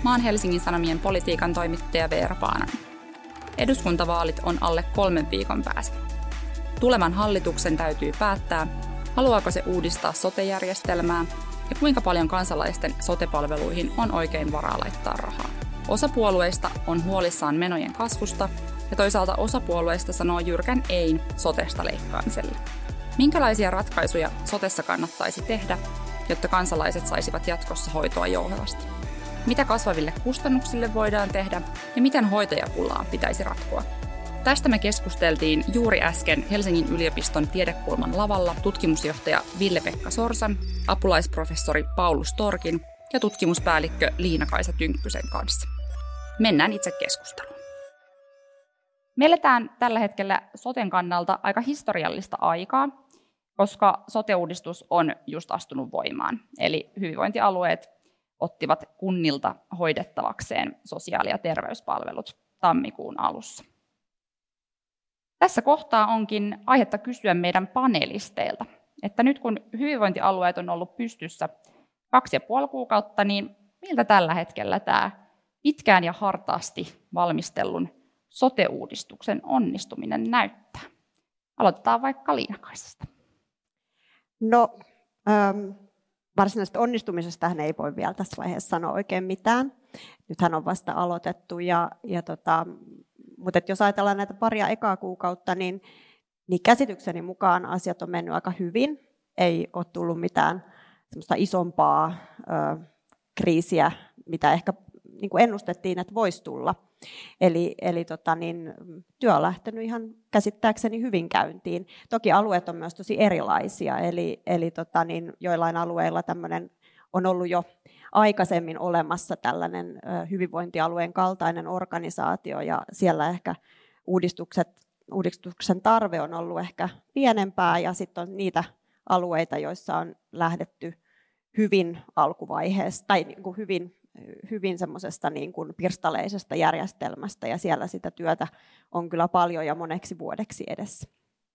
Mä oon Helsingin Sanomien politiikan toimittaja Veera Paananen. Eduskuntavaalit on alle 3 viikon päästä. Tulevan hallituksen täytyy päättää, haluaako se uudistaa sote-järjestelmää ja kuinka paljon kansalaisten sote-palveluihin on oikein varaa laittaa rahaa. Osa puolueista on huolissaan menojen kasvusta ja toisaalta osa puolueista sanoo jyrkän ein sotesta leikkaamiselle. Minkälaisia ratkaisuja sotessa kannattaisi tehdä, jotta kansalaiset saisivat jatkossa hoitoa jouhevasti? Mitä kasvaville kustannuksille voidaan tehdä ja miten hoitajapulaa pitäisi ratkoa? Tästä me keskusteltiin juuri äsken Helsingin yliopiston Tiedekulman lavalla tutkimusjohtaja Ville-Pekka Sorsan, apulaisprofessori Paulus Torkin ja tutkimuspäällikkö Liina-Kaisa Tynkkysen kanssa. Mennään itse keskusteluun. Me eletään tällä hetkellä soten kannalta aika historiallista aikaa, koska sote-uudistus on just astunut voimaan. Eli hyvinvointialueet ottivat kunnilta hoidettavakseen sosiaali- ja terveyspalvelut tammikuun alussa. Tässä kohtaa onkin aihetta kysyä meidän panelisteilta, että nyt kun hyvinvointialueet on ollut pystyssä 2,5 kuukautta, niin miltä tällä hetkellä tämä pitkään ja hartaasti valmistellun sote-uudistuksen onnistuminen näyttää? Aloitetaan vaikka Liina-Kaisasta. No, varsinaisesta onnistumisesta hän ei voi vielä tässä vaiheessa sanoa oikein mitään. Nythän on vasta aloitettu, mutta jos ajatellaan näitä paria ekaa kuukautta, niin käsitykseni mukaan asiat on mennyt aika hyvin. Ei ole tullut mitään semmoista isompaa kriisiä, mitä ehkä niin kuin ennustettiin, että voisi tulla. Eli työ on lähtenyt ihan käsittääkseni hyvin käyntiin. Toki alueet on myös tosi erilaisia, eli joillain alueilla tämmöinen on ollut jo aikaisemmin olemassa tällainen hyvinvointialueen kaltainen organisaatio, ja siellä ehkä uudistuksen tarve on ollut ehkä pienempää, ja sitten on niitä alueita, joissa on lähdetty hyvin alkuvaiheessa, tai niin kuin hyvin semmoisesta niin kuin pirstaleisesta järjestelmästä, ja siellä sitä työtä on kyllä paljon ja moneksi vuodeksi edessä.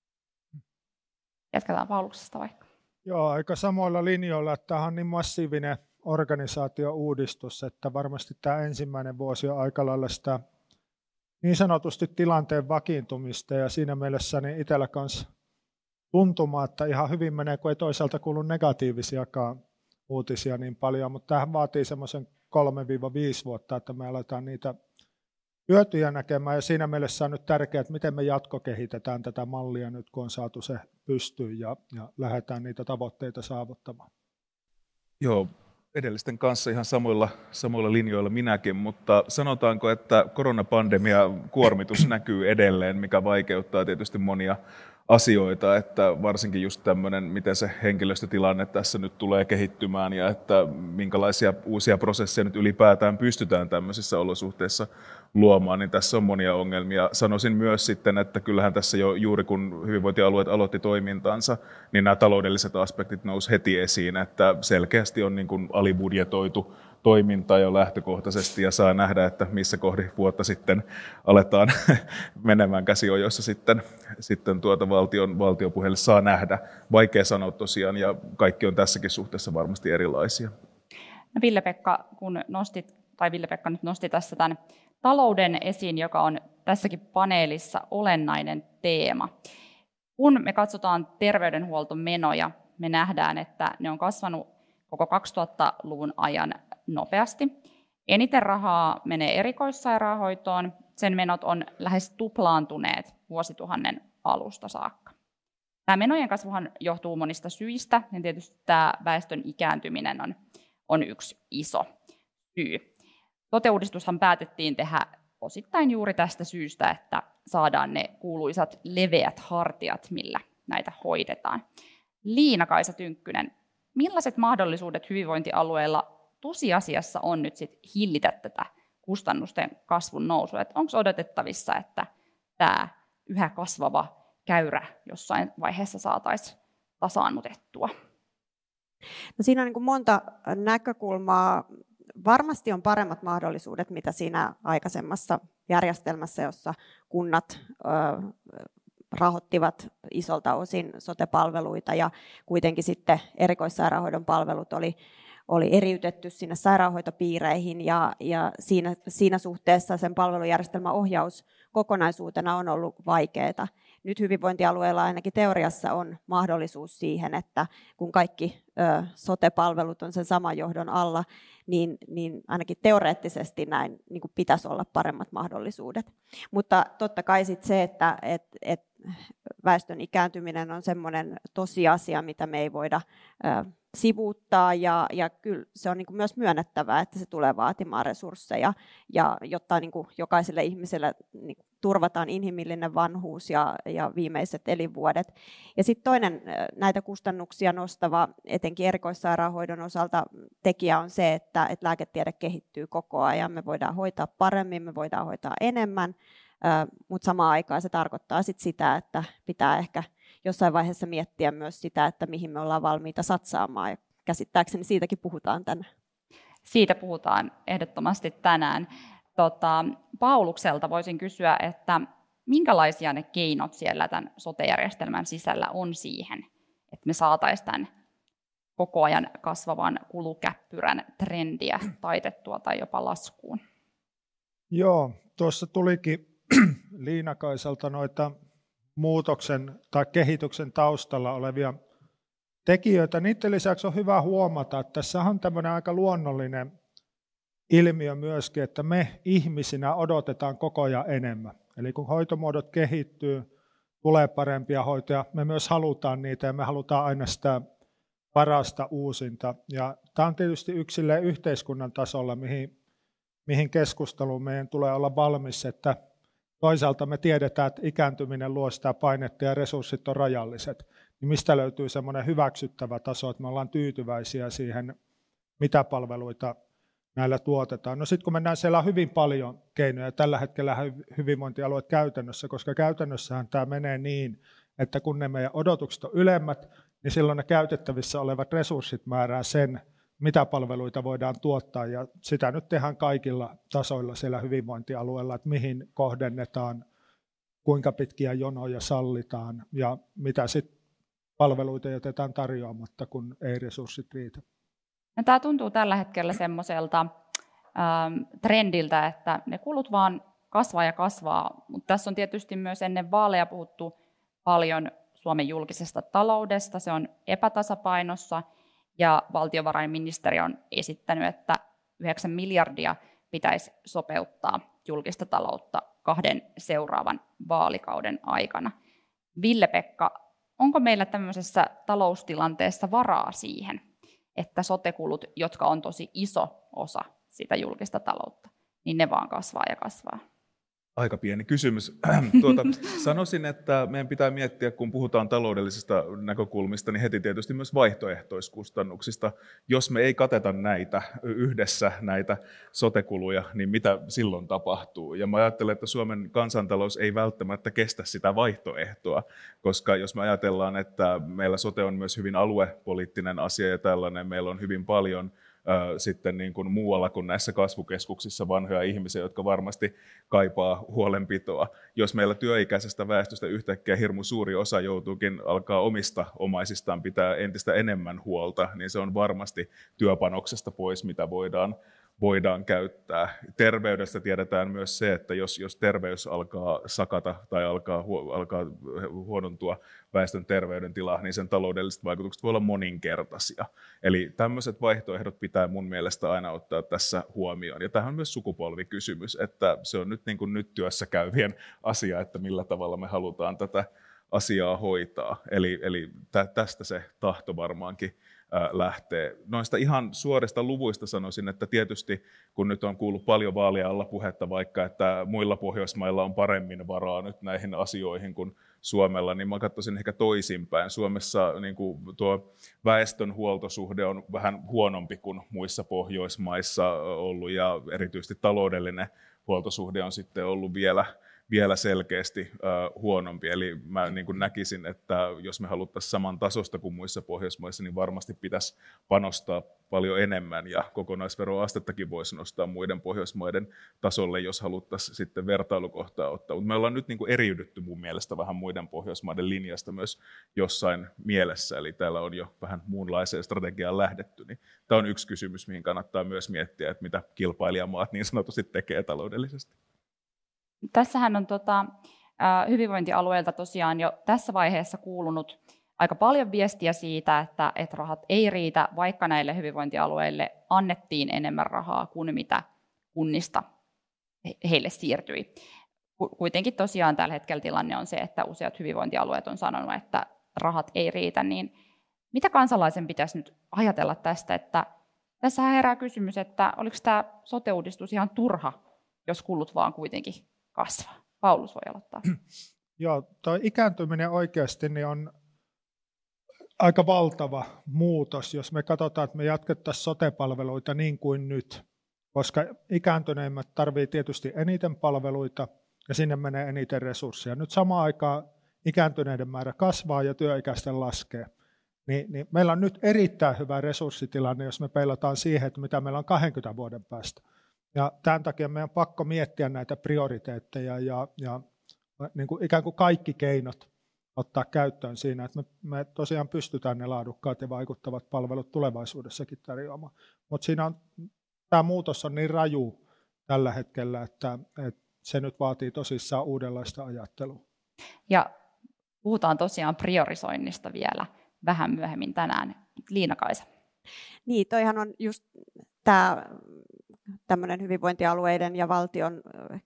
Jatketaan Pauluksesta vaikka. Joo, aika samoilla linjoilla, että tämä on niin massiivinen organisaatio-uudistus, että varmasti tämä ensimmäinen vuosi on aika lailla sitä niin sanotusti tilanteen vakiintumista, ja siinä mielessä niin itsellä kanssa tuntuma, että ihan hyvin menee, kun ei toisaalta kuulu negatiivisiakaan uutisia niin paljon, mutta tämähän vaatii semmoisen 3-5 vuotta, että me aletaan niitä hyötyjä näkemään, ja siinä mielessä on nyt tärkeää, että miten me jatkokehitetään tätä mallia nyt, kun on saatu se pystyyn ja lähdetään niitä tavoitteita saavuttamaan. Joo, edellisten kanssa ihan samoilla linjoilla minäkin, mutta sanotaanko, että koronapandemia kuormitus näkyy edelleen, mikä vaikeuttaa tietysti monia asioita, että varsinkin just tämmöinen, miten se henkilöstötilanne tässä nyt tulee kehittymään ja että minkälaisia uusia prosesseja nyt ylipäätään pystytään tämmöisissä olosuhteissa luomaan, niin tässä on monia ongelmia. Sanoisin myös sitten, että kyllähän tässä jo juuri kun hyvinvointialueet aloitti toimintansa, niin nämä taloudelliset aspektit nousi heti esiin, että selkeästi on niin kuin alibudjetoitu toimintaa jo lähtökohtaisesti, ja saa nähdä, että missä kohdin vuotta sitten aletaan menemään käsiojoissa sitten valtiopuheelle saa nähdä. Vaikea sanoa tosiaan, ja kaikki on tässäkin suhteessa varmasti erilaisia. No Ville-Pekka nyt nosti tässä tämän talouden esiin, joka on tässäkin paneelissa olennainen teema. Kun me katsotaan terveydenhuoltomenoja, me nähdään, että ne on kasvanut koko 2000-luvun ajan nopeasti. Eniten rahaa menee erikoissairaanhoitoon, sen menot on lähes tuplaantuneet vuosituhannen alusta saakka. Tämä menojen kasvuhan johtuu monista syistä, ja tietysti tämä väestön ikääntyminen on yksi iso syy. Sote-uudistushan päätettiin tehdä osittain juuri tästä syystä, että saadaan ne kuuluisat leveät hartiat, millä näitä hoidetaan. Liina-Kaisa Tynkkynen, millaiset mahdollisuudet hyvinvointialueilla tosiasiassa on nyt sit hillitä tätä kustannusten kasvun nousua? Onko odotettavissa, että tämä yhä kasvava käyrä jossain vaiheessa saataisiin tasaannutettua? No siinä on niin kuin monta näkökulmaa. Varmasti on paremmat mahdollisuudet, mitä siinä aikaisemmassa järjestelmässä, jossa kunnat rahoittivat isolta osin sote-palveluita, ja kuitenkin sitten erikoissairaanhoidon palvelut oli eriytetty sinne sairaanhoitopiireihin ja siinä suhteessa sen palvelujärjestelmän ohjaus kokonaisuutena on ollut vaikeaa. Nyt hyvinvointialueilla ainakin teoriassa on mahdollisuus siihen, että kun kaikki sote-palvelut on sen saman johdon alla, niin ainakin teoreettisesti näin niin kuin pitäisi olla paremmat mahdollisuudet. Mutta totta kai sit se, että väestön ikääntyminen on semmoinen tosiasia, mitä me ei voida sivuuttaa, ja kyllä se on niin kuin myös myönnettävää, että se tulee vaatimaan resursseja, ja jotta niin kuin jokaiselle ihmiselle niin kuin turvataan inhimillinen vanhuus ja viimeiset elinvuodet. Ja sitten toinen näitä kustannuksia nostava, etenkin erikoissairaanhoidon osalta tekijä on se, että lääketiede kehittyy koko ajan. Me voidaan hoitaa paremmin, me voidaan hoitaa enemmän, mutta samaan aikaan se tarkoittaa sit sitä, että pitää ehkä jossain vaiheessa miettiä myös sitä, että mihin me ollaan valmiita satsaamaan. Ja käsittääkseni siitäkin puhutaan tänään. Siitä puhutaan ehdottomasti tänään. Paulukselta voisin kysyä, että minkälaisia ne keinot siellä tämän sote-järjestelmän sisällä on siihen, että me saataisiin tämän koko ajan kasvavan kulukäppyrän trendiä taitettua tai jopa laskuun? Joo, tuossa tulikin Liina-Kaisalta noita muutoksen tai kehityksen taustalla olevia tekijöitä. Niiden lisäksi on hyvä huomata, että tässä on tämmöinen aika luonnollinen ilmiö myöskin, että me ihmisinä odotetaan koko ajan enemmän. Eli kun hoitomuodot kehittyy, tulee parempia hoitoja, me myös halutaan niitä ja me halutaan aina sitä parasta uusinta. Ja tämä on tietysti yksilleen yhteiskunnan tasolla, mihin keskusteluun meidän tulee olla valmis, että toisaalta me tiedetään, että ikääntyminen luo sitä painetta ja resurssit on rajalliset. Niin mistä löytyy semmoinen hyväksyttävä taso, että me ollaan tyytyväisiä siihen, mitä palveluita näillä tuotetaan. No sitten kun mennään, siellä on hyvin paljon keinoja tällä hetkellä hyvinvointialueet käytännössä, koska käytännössähän tämä menee niin, että kun ne meidän odotukset on ylemmät, niin silloin ne käytettävissä olevat resurssit määrää sen, mitä palveluita voidaan tuottaa, ja sitä nyt tehdään kaikilla tasoilla siellä hyvinvointialueella, että mihin kohdennetaan, kuinka pitkiä jonoja sallitaan, ja mitä sitten palveluita jätetään tarjoamatta, kun ei resurssit riitä. No, tämä tuntuu tällä hetkellä semmoiselta trendiltä, että ne kulut vaan kasvaa ja kasvaa, mutta tässä on tietysti myös ennen vaaleja puhuttu paljon Suomen julkisesta taloudesta, se on epätasapainossa, ja valtiovarainministeri on esittänyt, että 9 miljardia pitäisi sopeuttaa julkista taloutta 2 seuraavan vaalikauden aikana. Ville-Pekka, onko meillä tämmöisessä taloustilanteessa varaa siihen, että sote-kulut, jotka on tosi iso osa sitä julkista taloutta, niin ne vaan kasvaa ja kasvaa? Aika pieni kysymys. Sanoisin, että meidän pitää miettiä, kun puhutaan taloudellisista näkökulmista, niin heti tietysti myös vaihtoehtoiskustannuksista. Jos me ei kateta näitä sote-kuluja, niin mitä silloin tapahtuu? Ja mä ajattelen, että Suomen kansantalous ei välttämättä kestä sitä vaihtoehtoa, koska jos me ajatellaan, että meillä sote on myös hyvin aluepoliittinen asia ja tällainen, meillä on hyvin paljon sitten niin kuin muualla kuin näissä kasvukeskuksissa vanhoja ihmisiä, jotka varmasti kaipaa huolenpitoa. Jos meillä työikäisestä väestöstä yhtäkkiä hirmu suuri osa joutuukin alkaa omista omaisistaan pitää entistä enemmän huolta, niin se on varmasti työpanoksesta pois, mitä voidaan käyttää. Terveydestä tiedetään myös se, että jos terveys alkaa sakata tai alkaa huonontua väestön terveydentila, niin sen taloudelliset vaikutukset voi olla moninkertaisia. Eli tämmöiset vaihtoehdot pitää mun mielestä aina ottaa tässä huomioon. Ja tämähän on myös sukupolvikysymys, että se on nyt, niin kuin nyt työssä käyvien asia, että millä tavalla me halutaan tätä asiaa hoitaa. Eli tästä se tahto varmaankin lähtee. Noista ihan suorista luvuista sanoisin, että tietysti kun nyt on kuullut paljon vaalien alla puhetta vaikka, että muilla Pohjoismailla on paremmin varaa nyt näihin asioihin kuin Suomella, niin mä katsoisin ehkä toisinpäin. Suomessa niin kuin tuo väestön huoltosuhde on vähän huonompi kuin muissa Pohjoismaissa ollut, ja erityisesti taloudellinen huoltosuhde on sitten ollut vielä selkeästi huonompi. Eli mä niin kuin näkisin, että jos me haluttaisiin saman tasosta kuin muissa Pohjoismaissa, niin varmasti pitäisi panostaa paljon enemmän, ja kokonaisveroastettakin voisi nostaa muiden Pohjoismaiden tasolle, jos haluttaisiin sitten vertailukohtaa ottaa. Mutta me ollaan nyt niin kuin eriydytty mun mielestä vähän muiden Pohjoismaiden linjasta myös jossain mielessä, eli täällä on jo vähän muunlaiseen strategiaan lähdetty. Niin tämä on yksi kysymys, mihin kannattaa myös miettiä, että mitä kilpailijamaat niin sanotusti tekee taloudellisesti. Tässähän on hyvinvointialueilta tosiaan jo tässä vaiheessa kuulunut aika paljon viestiä siitä, että rahat ei riitä, vaikka näille hyvinvointialueille annettiin enemmän rahaa kuin mitä kunnista heille siirtyi. Kuitenkin tosiaan tällä hetkellä tilanne on se, että useat hyvinvointialueet on sanonut, että rahat ei riitä. Niin mitä kansalaisen pitäisi nyt ajatella tästä? Että tässä herää kysymys, että oliko tämä sote-uudistus ihan turha, jos kulut vaan kuitenkin kasvaa? Paulus voi aloittaa. Joo, tuo ikääntyminen oikeasti niin on aika valtava muutos, jos me katsotaan, että me jatkettaisiin sote-palveluita niin kuin nyt, koska ikääntyneimmät tarvitsevat tietysti eniten palveluita ja sinne menee eniten resursseja. Nyt samaan aikaan ikääntyneiden määrä kasvaa ja työikäisten laskee. Niin meillä on nyt erittäin hyvä resurssitilanne, jos me peilataan siihen, että mitä meillä on 20 vuoden päästä. Ja tämän takia meidän on pakko miettiä näitä prioriteetteja ja niin kuin ikään kuin kaikki keinot ottaa käyttöön siinä, että me tosiaan pystytään ne laadukkaat ja vaikuttavat palvelut tulevaisuudessakin tarjoamaan. Mutta tämä muutos on niin raju tällä hetkellä, että se nyt vaatii tosissaan uudenlaista ajattelua. Ja puhutaan tosiaan priorisoinnista vielä vähän myöhemmin tänään. Liina-Kaisa. Niin, toihan on just tämä tämmöinen hyvinvointialueiden ja valtion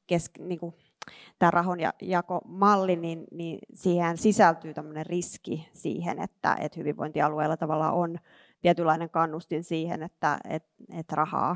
tämä rahanjakomalli, niin siihen sisältyy tämmöinen riski siihen, että hyvinvointialueella tavallaan on tietynlainen kannustin siihen, että rahaa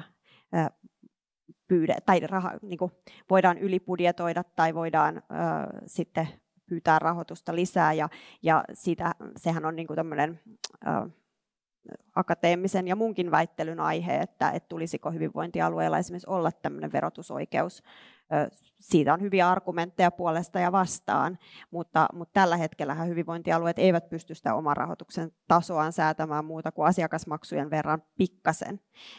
voidaan ylibudjetoida tai voidaan sitten pyytää rahoitusta lisää, ja sehän on niin kuin tämmöinen akateemisen ja muunkin väittelyn aihe, että tulisiko hyvinvointialueella esimerkiksi olla tämmöinen verotusoikeus. Siitä on hyviä argumentteja puolesta ja vastaan, mutta tällä hetkellä hyvinvointialueet eivät pysty sitä oman rahoituksen tasoaan säätämään muuta kuin asiakasmaksujen verran pikkasen.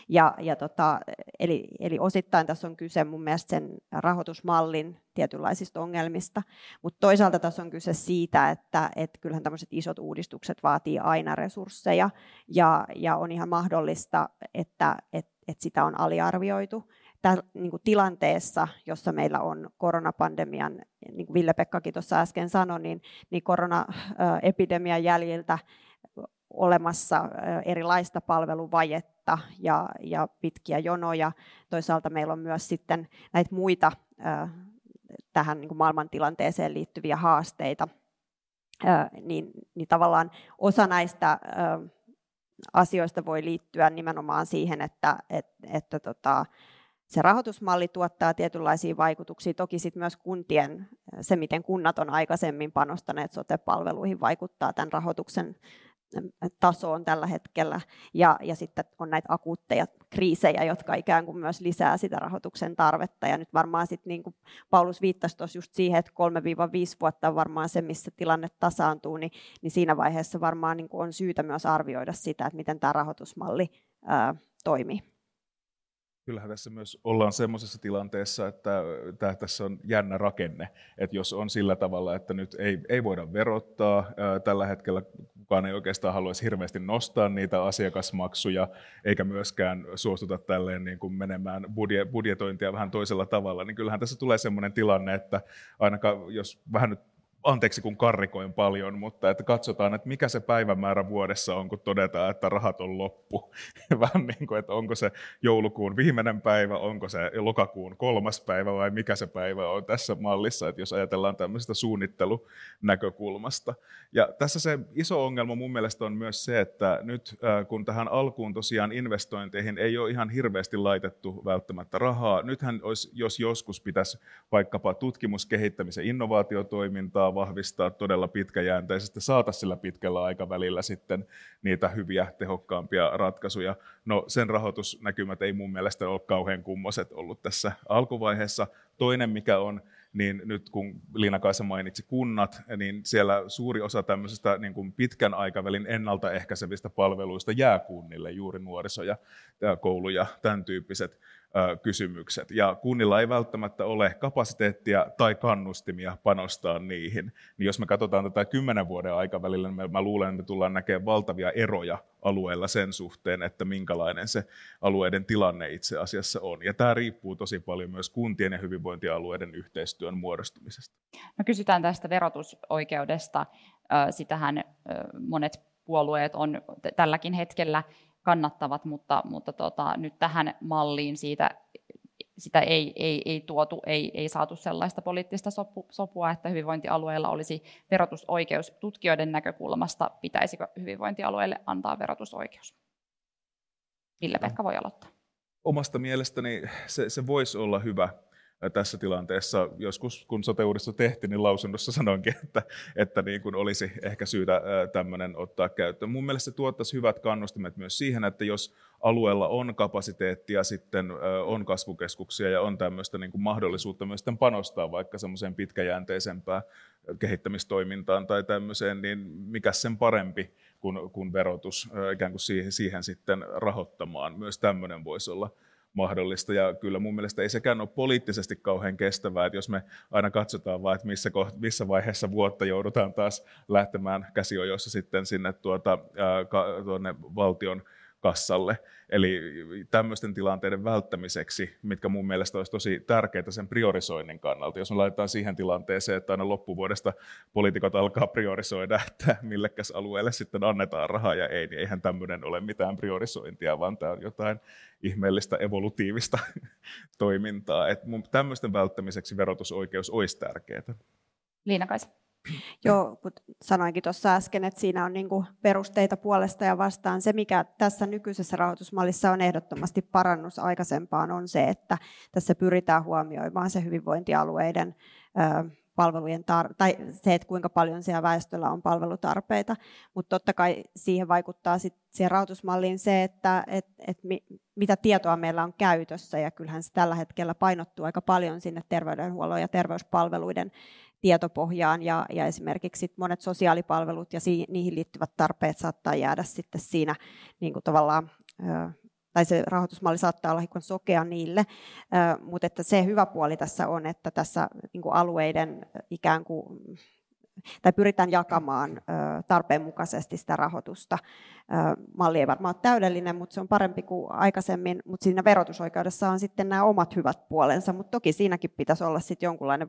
Eli osittain tässä on kyse mun mielestä sen rahoitusmallin tietynlaisista ongelmista, mutta toisaalta tässä on kyse siitä, että kyllähän tämmöiset isot uudistukset vaatii aina resursseja ja on ihan mahdollista, että sitä on aliarvioitu. Niin kuin tilanteessa, jossa meillä on koronapandemian, niin kuin Ville-Pekkakin tuossa äsken sanoi, niin koronaepidemian jäljiltä olemassa erilaista palveluvajetta ja pitkiä jonoja. Toisaalta meillä on myös sitten näitä muita tähän niin kuin maailmantilanteeseen liittyviä haasteita. Niin tavallaan osa näistä asioista voi liittyä nimenomaan siihen, että se rahoitusmalli tuottaa tietynlaisia vaikutuksia. Toki sitten myös se miten kunnat on aikaisemmin panostaneet sote-palveluihin, vaikuttaa tämän rahoituksen tasoon tällä hetkellä. Ja sitten on näitä akuutteja kriisejä, jotka ikään kuin myös lisää sitä rahoituksen tarvetta. Ja nyt varmaan sitten, niin kuin Paulus viittasi tuossa just siihen, että 3-5 vuotta on varmaan se, missä tilanne tasaantuu, niin siinä vaiheessa varmaan niin kuin on syytä myös arvioida sitä, että miten tämä rahoitusmalli toimii. Kyllähän tässä myös ollaan semmoisessa tilanteessa, että tässä on jännä rakenne, että jos on sillä tavalla, että nyt ei voida verottaa, tällä hetkellä kukaan ei oikeastaan haluaisi hirveästi nostaa niitä asiakasmaksuja, eikä myöskään suostuta tälleen niin kuin menemään budjetointia vähän toisella tavalla, niin kyllähän tässä tulee semmoinen tilanne, että ainakaan jos vähän nyt anteeksi kun karrikoin paljon, mutta että katsotaan, että mikä se päivämäärä vuodessa on, kun todetaan, että rahat on loppu. Vähän niin kuin, että onko se joulukuun viimeinen päivä, onko se lokakuun 3. päivä vai mikä se päivä on tässä mallissa, että jos ajatellaan tämmöisestä suunnittelunäkökulmasta. Ja tässä se iso ongelma mun mielestä on myös se, että nyt kun tähän alkuun tosiaan investointeihin ei ole ihan hirveästi laitettu välttämättä rahaa, nythän jos joskus pitäisi vaikkapa tutkimus-, kehittämis- ja innovaatiotoimintaa vahvistaa todella pitkäjänteisesti, saataisiin sillä pitkällä aikavälillä sitten niitä hyviä, tehokkaampia ratkaisuja. No sen rahoitusnäkymät ei mun mielestä ole kauhean kummoiset ollut tässä alkuvaiheessa. Toinen mikä on, niin nyt kun Liina-Kaisa mainitsi kunnat, niin siellä suuri osa tämmöisestä niin kuin pitkän aikavälin ennaltaehkäisevistä palveluista jää kunnille, juuri nuoriso- ja koulu- ja tämän tyyppiset kysymykset. Ja kunnilla ei välttämättä ole kapasiteettia tai kannustimia panostaa niihin. Niin jos me katsotaan tätä 10 vuoden aikavälillä, niin mä luulen, että me tullaan näkemään valtavia eroja alueella sen suhteen, että minkälainen se alueiden tilanne itse asiassa on. Ja tämä riippuu tosi paljon myös kuntien ja hyvinvointialueiden yhteistyön muodostumisesta. No kysytään tästä verotusoikeudesta. Sitähän monet puolueet on tälläkin hetkellä kannattavat, mutta nyt tähän malliin sitä ei tuotu, ei saatu sellaista poliittista sopua, että hyvinvointialueella olisi verotusoikeus. Tutkijoiden näkökulmasta pitäisikö hyvinvointialueelle antaa verotusoikeus? Ville-Pekka voi aloittaa. Omasta mielestäni se voisi olla hyvä tässä tilanteessa. Joskus kun sote-uudistus tehtiin, niin lausunnossa sanoinkin, että niin kuin olisi ehkä syytä tämmöinen ottaa käyttöön. Mun mielestä se tuottaisi hyvät kannustimet myös siihen, että jos alueella on kapasiteettia, sitten on kasvukeskuksia ja on tämmöistä niin kuin mahdollisuutta myös panostaa vaikka semmoiseen pitkäjänteisempään kehittämistoimintaan tai tämmöiseen, niin mikä sen parempi kuin verotus ikään kuin siihen sitten rahoittamaan. Myös tämmöinen voisi olla mahdollista, ja kyllä mun mielestä ei sekään ole poliittisesti kauhean kestävää, että jos me aina katsotaan vaan, että missä vaiheessa vuotta joudutaan taas lähtemään käsiojoissa sitten sinne tuonne valtion kassalle. Eli tämmöisten tilanteiden välttämiseksi, mitkä mun mielestä olisi tosi tärkeitä sen priorisoinnin kannalta. Jos me laitetaan siihen tilanteeseen, että aina loppuvuodesta poliitikot alkaa priorisoida, että millekäs alueelle sitten annetaan rahaa ja ei, niin eihän tämmöinen ole mitään priorisointia, vaan tämä on jotain ihmeellistä evolutiivista toimintaa. Että tämmöisten välttämiseksi verotusoikeus olisi tärkeää. Liina-Kaisa. Joo, kun sanoinkin tuossa äsken, että siinä on niin kuin perusteita puolesta ja vastaan. Se, mikä tässä nykyisessä rahoitusmallissa on ehdottomasti parannus aikaisempaan, on se, että tässä pyritään huomioimaan se hyvinvointialueiden palvelujen tai se, että kuinka paljon siellä väestöllä on palvelutarpeita. Mutta totta kai siihen vaikuttaa sit siihen rahoitusmalliin se, että mitä tietoa meillä on käytössä, ja kyllähän se tällä hetkellä painottuu aika paljon sinne terveydenhuollon ja terveyspalveluiden tietopohjaan, ja esimerkiksi monet sosiaalipalvelut ja niihin liittyvät tarpeet saattaa jäädä sitten siinä niin kuin tavallaan, tai se rahoitusmalli saattaa olla hieman sokea niille, mutta että se hyvä puoli tässä on, että tässä niin kuin alueiden ikään kuin, tai pyritään jakamaan tarpeen mukaisesti sitä rahoitusta. Malli ei varmaan ole täydellinen, mutta se on parempi kuin aikaisemmin, mutta siinä verotusoikeudessa on sitten nämä omat hyvät puolensa, mutta toki siinäkin pitäisi olla sitten jonkunlainen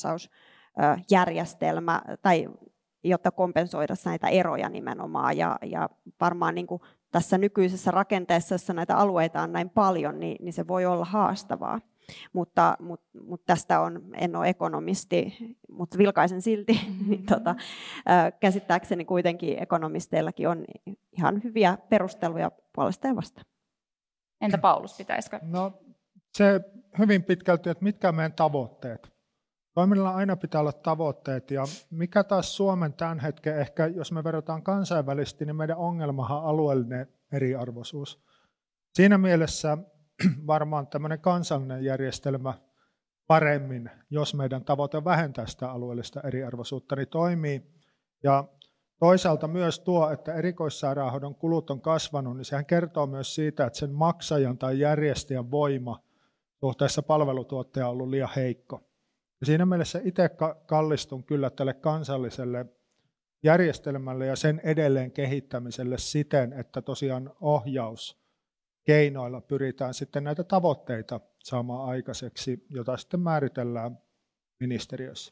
valtiontasausjärjestelmä, tai jotta kompensoida näitä eroja nimenomaan, ja varmaan niin kuin tässä nykyisessä rakenteessa, jossa näitä alueita on näin paljon, niin se voi olla haastavaa. Mutta tästä en ole ekonomisti, mutta vilkaisen silti. Käsittääkseni kuitenkin ekonomisteillakin on ihan hyviä perusteluja puolesta ja vastaan. Entä Paulus, pitäisikö? No se hyvin pitkälti, että mitkä on meidän tavoitteet. Toiminnalla aina pitää olla tavoitteet, ja mikä taas Suomen tämän hetken ehkä, jos me verrataan kansainvälisesti, niin meidän ongelmahan on alueellinen eriarvoisuus. Siinä mielessä varmaan tämmöinen kansallinen järjestelmä paremmin, jos meidän tavoite vähentää sitä alueellista eriarvoisuutta, niin toimii. Ja toisaalta myös tuo, että erikoissairaanhoidon kulut on kasvanut, niin sehän kertoo myös siitä, että sen maksajan tai järjestäjän voima suhteessa palvelutuottajaan on ollut liian heikko. Ja siinä mielessä itse kallistun kyllä tälle kansalliselle järjestelmälle ja sen edelleen kehittämiselle siten, että tosiaan ohjauskeinoilla pyritään sitten näitä tavoitteita saamaan aikaiseksi, jota sitten määritellään ministeriössä.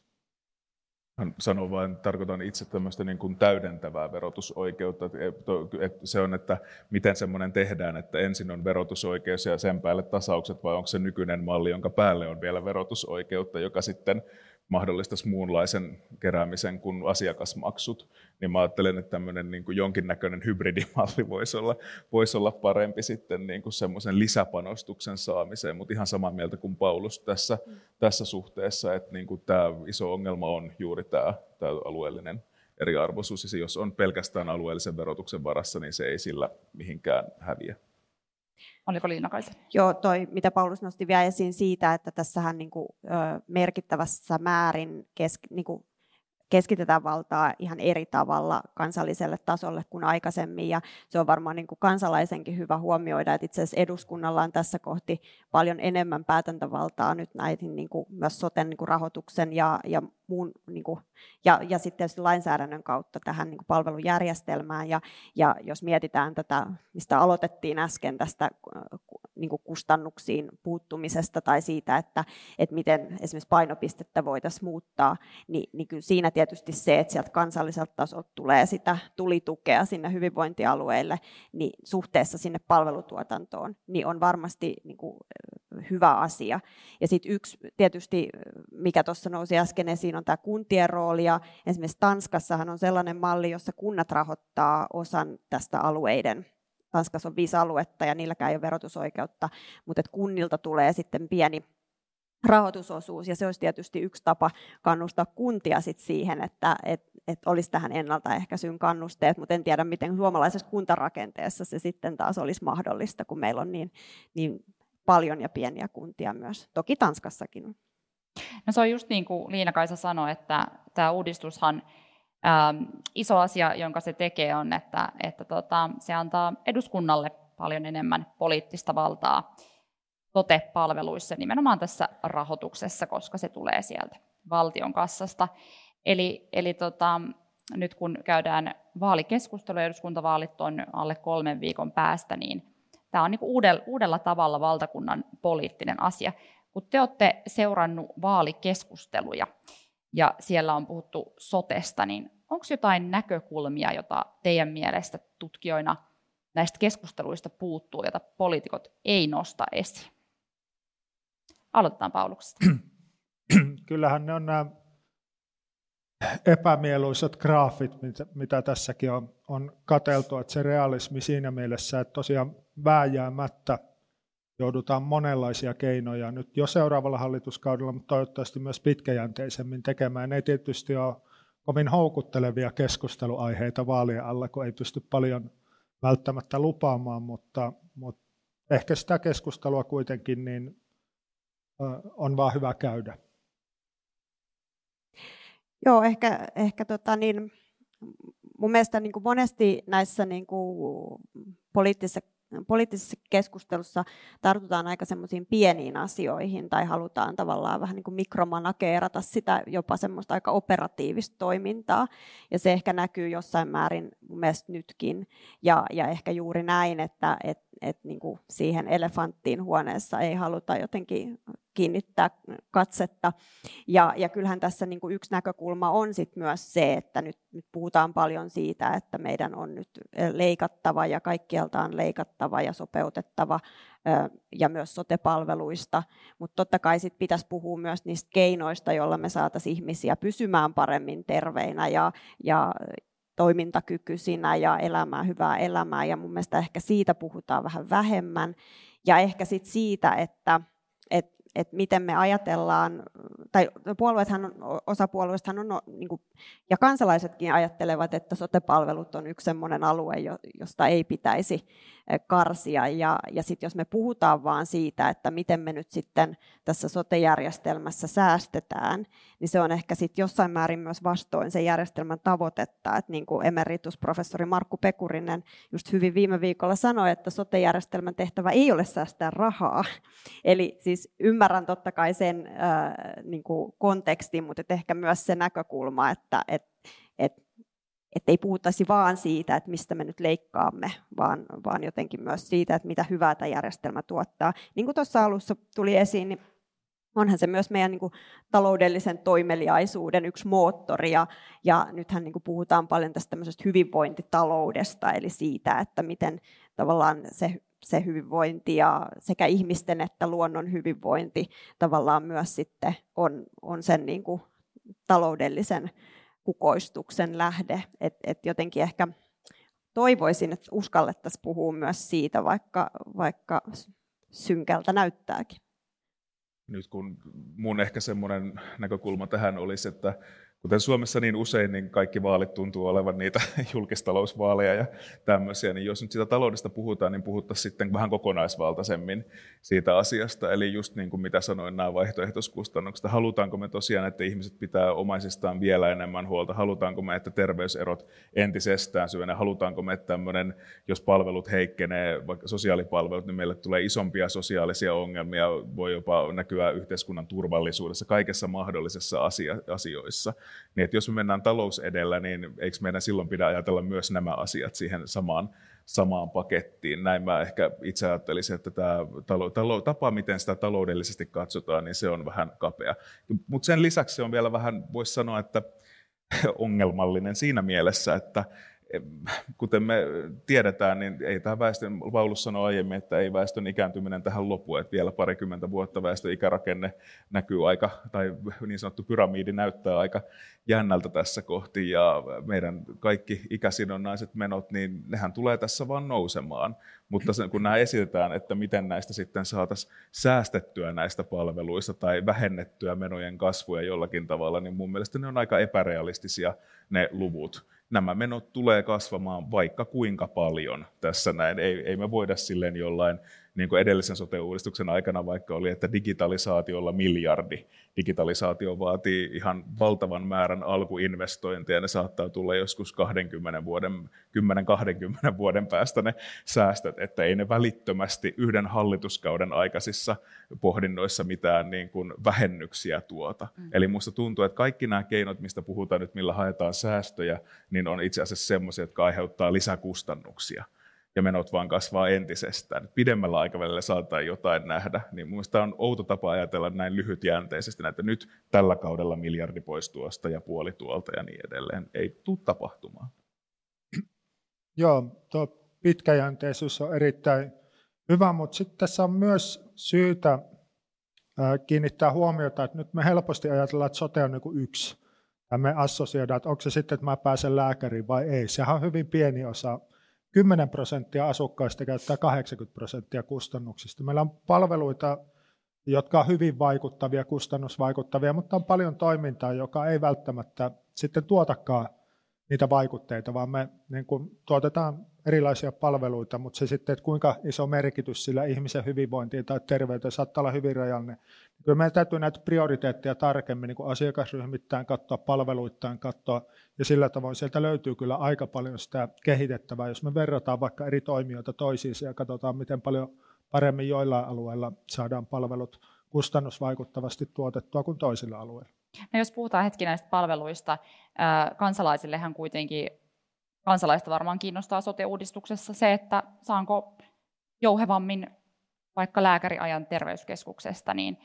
Sanon vain, tarkoitan itse tämmöistä niin kuin täydentävää verotusoikeutta. Että se on, että miten semmoinen tehdään, että ensin on verotusoikeus ja sen päälle tasaukset, vai onko se nykyinen malli, jonka päälle on vielä verotusoikeutta, joka sitten mahdollistaisi muunlaisen keräämisen kuin asiakasmaksut. Niin mä ajattelen, että tämmöinen niin kuin jonkinnäköinen hybridimalli voisi olla parempi sitten niin kuin semmoisen lisäpanostuksen saamiseen, mutta ihan samaa mieltä kuin Paulus tässä suhteessa, että niin kuin tämä iso ongelma on juuri tämä alueellinen eriarvoisuus, ja jos on pelkästään alueellisen verotuksen varassa, niin se ei sillä mihinkään häviä. Oliko Liina-Kaisa? Joo, toi mitä Paulus nosti vielä esiin siitä, että tässähän niin kuin, merkittävässä määrin keskitetään valtaa ihan eri tavalla kansalliselle tasolle kuin aikaisemmin, ja se on varmaan niin kuin kansalaisenkin hyvä huomioida, että itse asiassa eduskunnalla on tässä kohti paljon enemmän päätäntävaltaa nyt näihin niin kuin myös soten niin kuin rahoituksen ja muun niin kuin, ja sitten tietysti lainsäädännön kautta tähän niin kuin palvelujärjestelmään, ja jos mietitään tätä, mistä aloitettiin äsken tästä niin kuin kustannuksiin puuttumisesta tai siitä, että miten esimerkiksi painopistettä voitaisiin muuttaa, niin kyllä siinä tietysti se, että sieltä kansalliselta tasolta tulee sitä tulitukea sinne hyvinvointialueille, niin suhteessa sinne palvelutuotantoon, niin on varmasti niin kuin hyvä asia. Ja sitten yksi tietysti, mikä tuossa nousi äsken esiin, on tämä kuntien rooli, ja esimerkiksi Tanskassahan on sellainen malli, jossa kunnat rahoittaa osan tästä alueiden. Tanskassa on 5 aluetta ja niilläkään ei ole verotusoikeutta, mutta kunnilta tulee sitten pieni rahoitusosuus, ja se olisi tietysti yksi tapa kannustaa kuntia sit siihen, että olisi tähän ennaltaehkäisyyn kannusteet, mutta en tiedä, miten suomalaisessa kuntarakenteessa se sitten taas olisi mahdollista, kun meillä on niin paljon ja pieniä kuntia myös. Toki Tanskassakin on. No se on just niin kuin Liina-Kaisa sanoi, että tämä uudistushan iso asia, jonka se tekee, on, että se antaa eduskunnalle paljon enemmän poliittista valtaa sote-palveluissa, nimenomaan tässä rahoituksessa, koska se tulee sieltä valtion kassasta. Eli nyt kun käydään vaalikeskustelua, eduskuntavaalit on alle 3 viikon päästä, niin tämä on niin kuin uudella tavalla valtakunnan poliittinen asia. Kun te olette seurannut vaalikeskusteluja ja siellä on puhuttu sotesta, niin onko jotain näkökulmia, jota teidän mielestä tutkijoina näistä keskusteluista puuttuu, jota poliitikot ei nosta esiin? Aloitetaan Pauluksesta. Kyllähän ne on nämä epämieluisat graafit, mitä tässäkin on katseltu, että se realismi siinä mielessä, että tosiaan vääjäämättä joudutaan monenlaisia keinoja nyt jo seuraavalla hallituskaudella, mutta toivottavasti myös pitkäjänteisemmin tekemään. Ei tietysti ole kovin houkuttelevia keskusteluaiheita vaalien alla, kun ei pysty paljon välttämättä lupaamaan, mutta ehkä sitä keskustelua kuitenkin niin on vaan hyvä käydä. Joo, ehkä mun mielestä niin kuin monesti näissä niin kuin poliittisessa keskustelussa tartutaan aika semmoisiin pieniin asioihin tai halutaan tavallaan vähän niin kuin mikromanageerata sitä jopa semmoista aika operatiivista toimintaa, ja se ehkä näkyy jossain määrin mun mielestä nytkin, ja ehkä juuri näin, että niin kuin siihen elefanttiin huoneessa ei haluta jotenkin kiinnittää katsetta. Ja kyllähän tässä niin kuin yksi näkökulma on sit myös se, että nyt puhutaan paljon siitä, että meidän on nyt leikattava ja kaikkialta on leikattava ja sopeutettava ja myös sote-palveluista, mutta totta kai sit pitäisi puhua myös niistä keinoista, joilla me saataisiin ihmisiä pysymään paremmin terveinä ja toimintakykyisinä ja elämään hyvää elämää, ja mun mielestä ehkä siitä puhutaan vähän vähemmän, ja ehkä sitten siitä, että miten me ajatellaan, tai osa puolueistahan on, niin kuin, ja kansalaisetkin ajattelevat, että sote-palvelut on yksi sellainen alue, josta ei pitäisi karsia, ja sitten jos me puhutaan vaan siitä, että miten me nyt sitten tässä sote-järjestelmässä säästetään, niin se on ehkä sitten jossain määrin myös vastoin sen järjestelmän tavoitetta, että niin kuin emeritusprofessori Markku Pekurinen just hyvin viime viikolla sanoi, että sote-järjestelmän tehtävä ei ole säästää rahaa, eli siis ymmärrän totta kai sen niin kuin kontekstin, mutta ehkä myös se näkökulma, että ei puhuttaisi vaan siitä, että mistä me nyt leikkaamme, vaan jotenkin myös siitä, että mitä hyvää tämä järjestelmä tuottaa. Niin kuin tuossa alussa tuli esiin, niin onhan se myös meidän niin kuin taloudellisen toimeliaisuuden yksi moottori, ja nythän niin kuin puhutaan paljon tästä tämmöisestä hyvinvointitaloudesta, eli siitä, että miten tavallaan se hyvinvointi ja sekä ihmisten että luonnon hyvinvointi tavallaan myös sitten on sen niin kuin taloudellisen kukoistuksen lähde. Et jotenkin ehkä toivoisin, että uskallettaisiin puhua myös siitä, vaikka synkältä näyttääkin. Nyt kun mun ehkä semmoinen näkökulma tähän olisi, että kuten Suomessa niin usein, niin kaikki vaalit tuntuu olevan niitä julkistalousvaaleja ja tämmöisiä, niin jos nyt sitä taloudesta puhutaan, niin puhuttaisiin sitten vähän kokonaisvaltaisemmin siitä asiasta. Eli just niin kuin mitä sanoin, nämä vaihtoehtoiskustannukset. Halutaanko me tosiaan, että ihmiset pitää omaisistaan vielä enemmän huolta? Halutaanko me, että terveyserot entisestään syvenee? Halutaanko me, että tämmöinen, jos palvelut heikkenee, vaikka sosiaalipalvelut, niin meille tulee isompia sosiaalisia ongelmia, voi jopa näkyä yhteiskunnan turvallisuudessa, kaikessa mahdollisessa asioissa. Niin että jos me mennään talous edellä, niin eikö meidän silloin pidä ajatella myös nämä asiat siihen samaan pakettiin? Näin mä ehkä itse ajattelisin, että tämä tapa, miten sitä taloudellisesti katsotaan, niin se on vähän kapea. Mutta sen lisäksi se on vielä vähän, voisi sanoa, että ongelmallinen siinä mielessä, että kuten me tiedetään, niin ei tämä väestön, Paulus sanoi aiemmin, että ei väestön ikääntyminen tähän lopu, että vielä parikymmentä vuotta väestön ikärakenne näkyy aika, tai niin sanottu pyramidi näyttää aika jännältä tässä kohti, ja meidän kaikki ikäsidonnaiset menot, niin nehän tulee tässä vaan nousemaan, mutta kun nämä esitetään, että miten näistä sitten saataisiin säästettyä näistä palveluista tai vähennettyä menojen kasvuja jollakin tavalla, niin mun mielestä ne on aika epärealistisia ne luvut. Nämä menot tulee kasvamaan vaikka kuinka paljon tässä näin. Ei me voida silleen jollain, niin kuin edellisen sote-uudistuksen aikana vaikka oli, että digitalisaatiolla miljardi. Digitalisaatio vaatii ihan valtavan määrän alkuinvestointeja, ne saattaa tulla joskus 10-20 vuoden päästä ne säästöt, että ei ne välittömästi yhden hallituskauden aikaisissa pohdinnoissa mitään niin kuin vähennyksiä tuota. Eli musta tuntuu, että kaikki nämä keinot, mistä puhutaan nyt, millä haetaan säästöjä, niin on itse asiassa semmoisia, jotka aiheuttaa lisäkustannuksia. Ja menot vaan kasvaa entisestään. Pidemmällä aikavälillä saattaa jotain nähdä, niin mielestäni on outo tapa ajatella näin lyhytjänteisesti, että nyt tällä kaudella miljardi pois tuosta ja puoli tuolta ja niin edelleen. Ei tule tapahtumaan. Joo, tuo pitkäjänteisyys on erittäin hyvä, mutta sitten tässä on myös syytä kiinnittää huomiota, että nyt me helposti ajatellaan, että sote on niin kuin yksi. Ja me assosioidaan, että onko se sitten, että mä pääsen lääkäriin vai ei. Sehän on hyvin pieni osa. 10% asukkaista käyttää 80% kustannuksista. Meillä on palveluita, jotka on hyvin vaikuttavia, kustannusvaikuttavia, mutta on paljon toimintaa, joka ei välttämättä sitten tuotakaan niitä vaikutteita, vaan me niin kuin tuotetaan erilaisia palveluita, mutta se sitten, että kuinka iso merkitys sillä ihmisen hyvinvointiin tai terveyteen saattaa olla hyvin rajallinen. Kyllä meidän täytyy näitä prioriteetteja tarkemmin niin kuin asiakasryhmittäin katsoa, palveluittain katsoa, ja sillä tavoin sieltä löytyy kyllä aika paljon sitä kehitettävää, jos me verrataan vaikka eri toimijoita toisiinsa ja katsotaan, miten paljon paremmin joillain alueilla saadaan palvelut kustannusvaikuttavasti tuotettua kuin toisilla alueilla. No jos puhutaan hetki näistä palveluista, kansalaisillehan kuitenkin, kansalaista varmaan kiinnostaa sote-uudistuksessa se, että saanko jouhevammin vaikka lääkäriajan terveyskeskuksesta, niin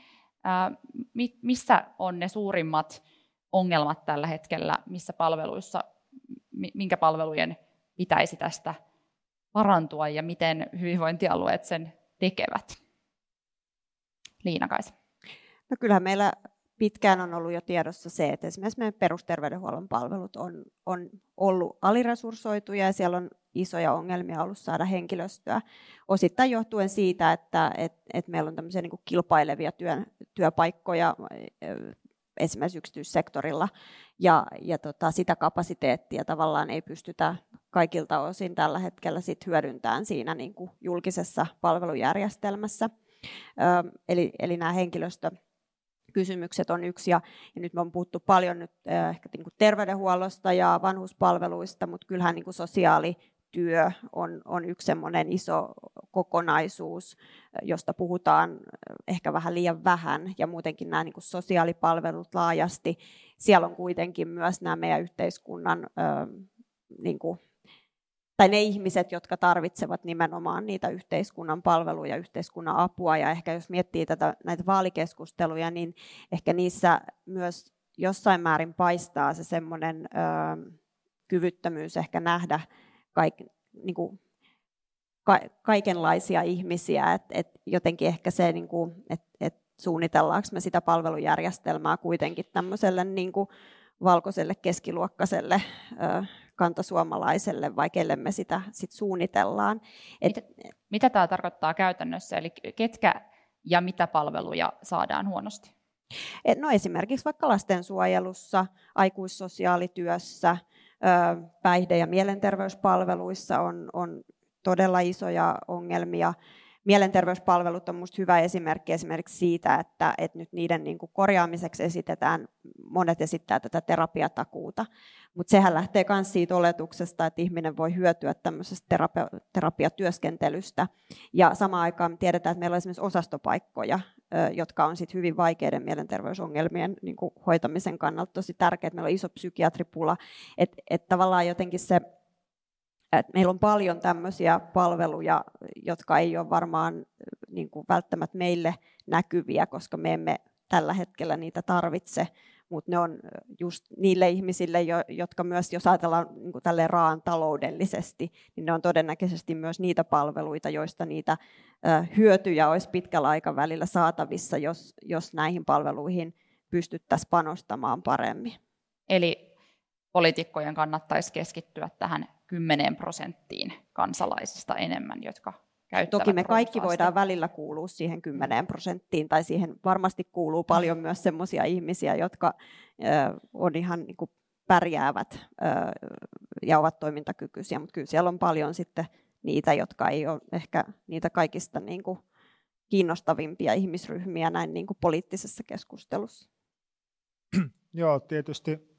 missä on ne suurimmat ongelmat tällä hetkellä, missä palveluissa, minkä palvelujen pitäisi tästä parantua ja miten hyvinvointialueet sen tekevät? Liina-Kaisa. No kyllähän meillä pitkään on ollut jo tiedossa se, että esimerkiksi meidän perusterveydenhuollon palvelut on ollut aliresursoituja ja siellä on isoja ongelmia ollut saada henkilöstöä. Osittain johtuen siitä, että meillä on tämmöisiä niin kuin kilpailevia työpaikkoja esimerkiksi yksityissektorilla ja sitä kapasiteettia tavallaan ei pystytä kaikilta osin tällä hetkellä sit hyödyntämään siinä niin kuin julkisessa palvelujärjestelmässä. Eli nämä henkilöstökysymykset on yksi, ja nyt me on puhuttu paljon nyt ehkä niin kuin terveydenhuollosta ja vanhuspalveluista, mutta kyllähän niin kuin sosiaalityö on yksi semmoinen iso kokonaisuus, josta puhutaan ehkä vähän liian vähän, ja muutenkin nämä niin kuin sosiaalipalvelut laajasti. Siellä on kuitenkin myös nämä meidän yhteiskunnan niin kuin tai ne ihmiset, jotka tarvitsevat nimenomaan niitä yhteiskunnan palveluja, yhteiskunnan apua. Ja ehkä jos miettii näitä vaalikeskusteluja, niin ehkä niissä myös jossain määrin paistaa se semmoinen kyvyttömyys ehkä nähdä niin kuin kaikenlaisia ihmisiä. Et jotenkin ehkä se, niin kuin, että suunnitellaanko me sitä palvelujärjestelmää kuitenkin tämmöiselle niin kuin valkoiselle keskiluokkaiselle kantasuomalaiselle, vai kelle me sitä sit suunnitellaan. Mitä tämä tarkoittaa käytännössä, eli ketkä ja mitä palveluja saadaan huonosti? No esimerkiksi vaikka lastensuojelussa, aikuissosiaalityössä, päihde- ja mielenterveyspalveluissa on todella isoja ongelmia. Mielenterveyspalvelut on minusta hyvä esimerkki esimerkiksi siitä, että nyt niiden niin kuin korjaamiseksi monet esittää tätä terapiatakuuta, mutta sehän lähtee myös siitä oletuksesta, että ihminen voi hyötyä tämmöisestä terapiatyöskentelystä. Ja samaan aikaan me tiedetään, että meillä on esimerkiksi osastopaikkoja, jotka on sit hyvin vaikeiden mielenterveysongelmien niin kuin hoitamisen kannalta tosi tärkeää. Meillä on iso psykiatripula, että tavallaan jotenkin se, että meillä on paljon tämmöisiä palveluja, jotka ei ole varmaan niin kuin välttämättä meille näkyviä, koska me emme tällä hetkellä niitä tarvitse, mutta ne on just niille ihmisille, jotka myös, jos ajatellaan niin kuin tälleen raan taloudellisesti, niin ne on todennäköisesti myös niitä palveluita, joista niitä hyötyjä olisi pitkällä aikavälillä saatavissa, jos näihin palveluihin pystyttäisiin panostamaan paremmin. Eli poliitikkojen kannattaisi keskittyä tähän 10% kansalaisista enemmän, jotka käyttävät. Toki me kaikki voidaan välillä kuulua siihen 10%, tai siihen varmasti kuuluu paljon myös sellaisia ihmisiä, jotka on ihan niin kuin pärjäävät ja ovat toimintakykyisiä, mutta kyllä siellä on paljon sitten niitä, jotka ei ole ehkä niitä kaikista niin kuin kiinnostavimpia ihmisryhmiä näin niin kuin poliittisessa keskustelussa. Joo, tietysti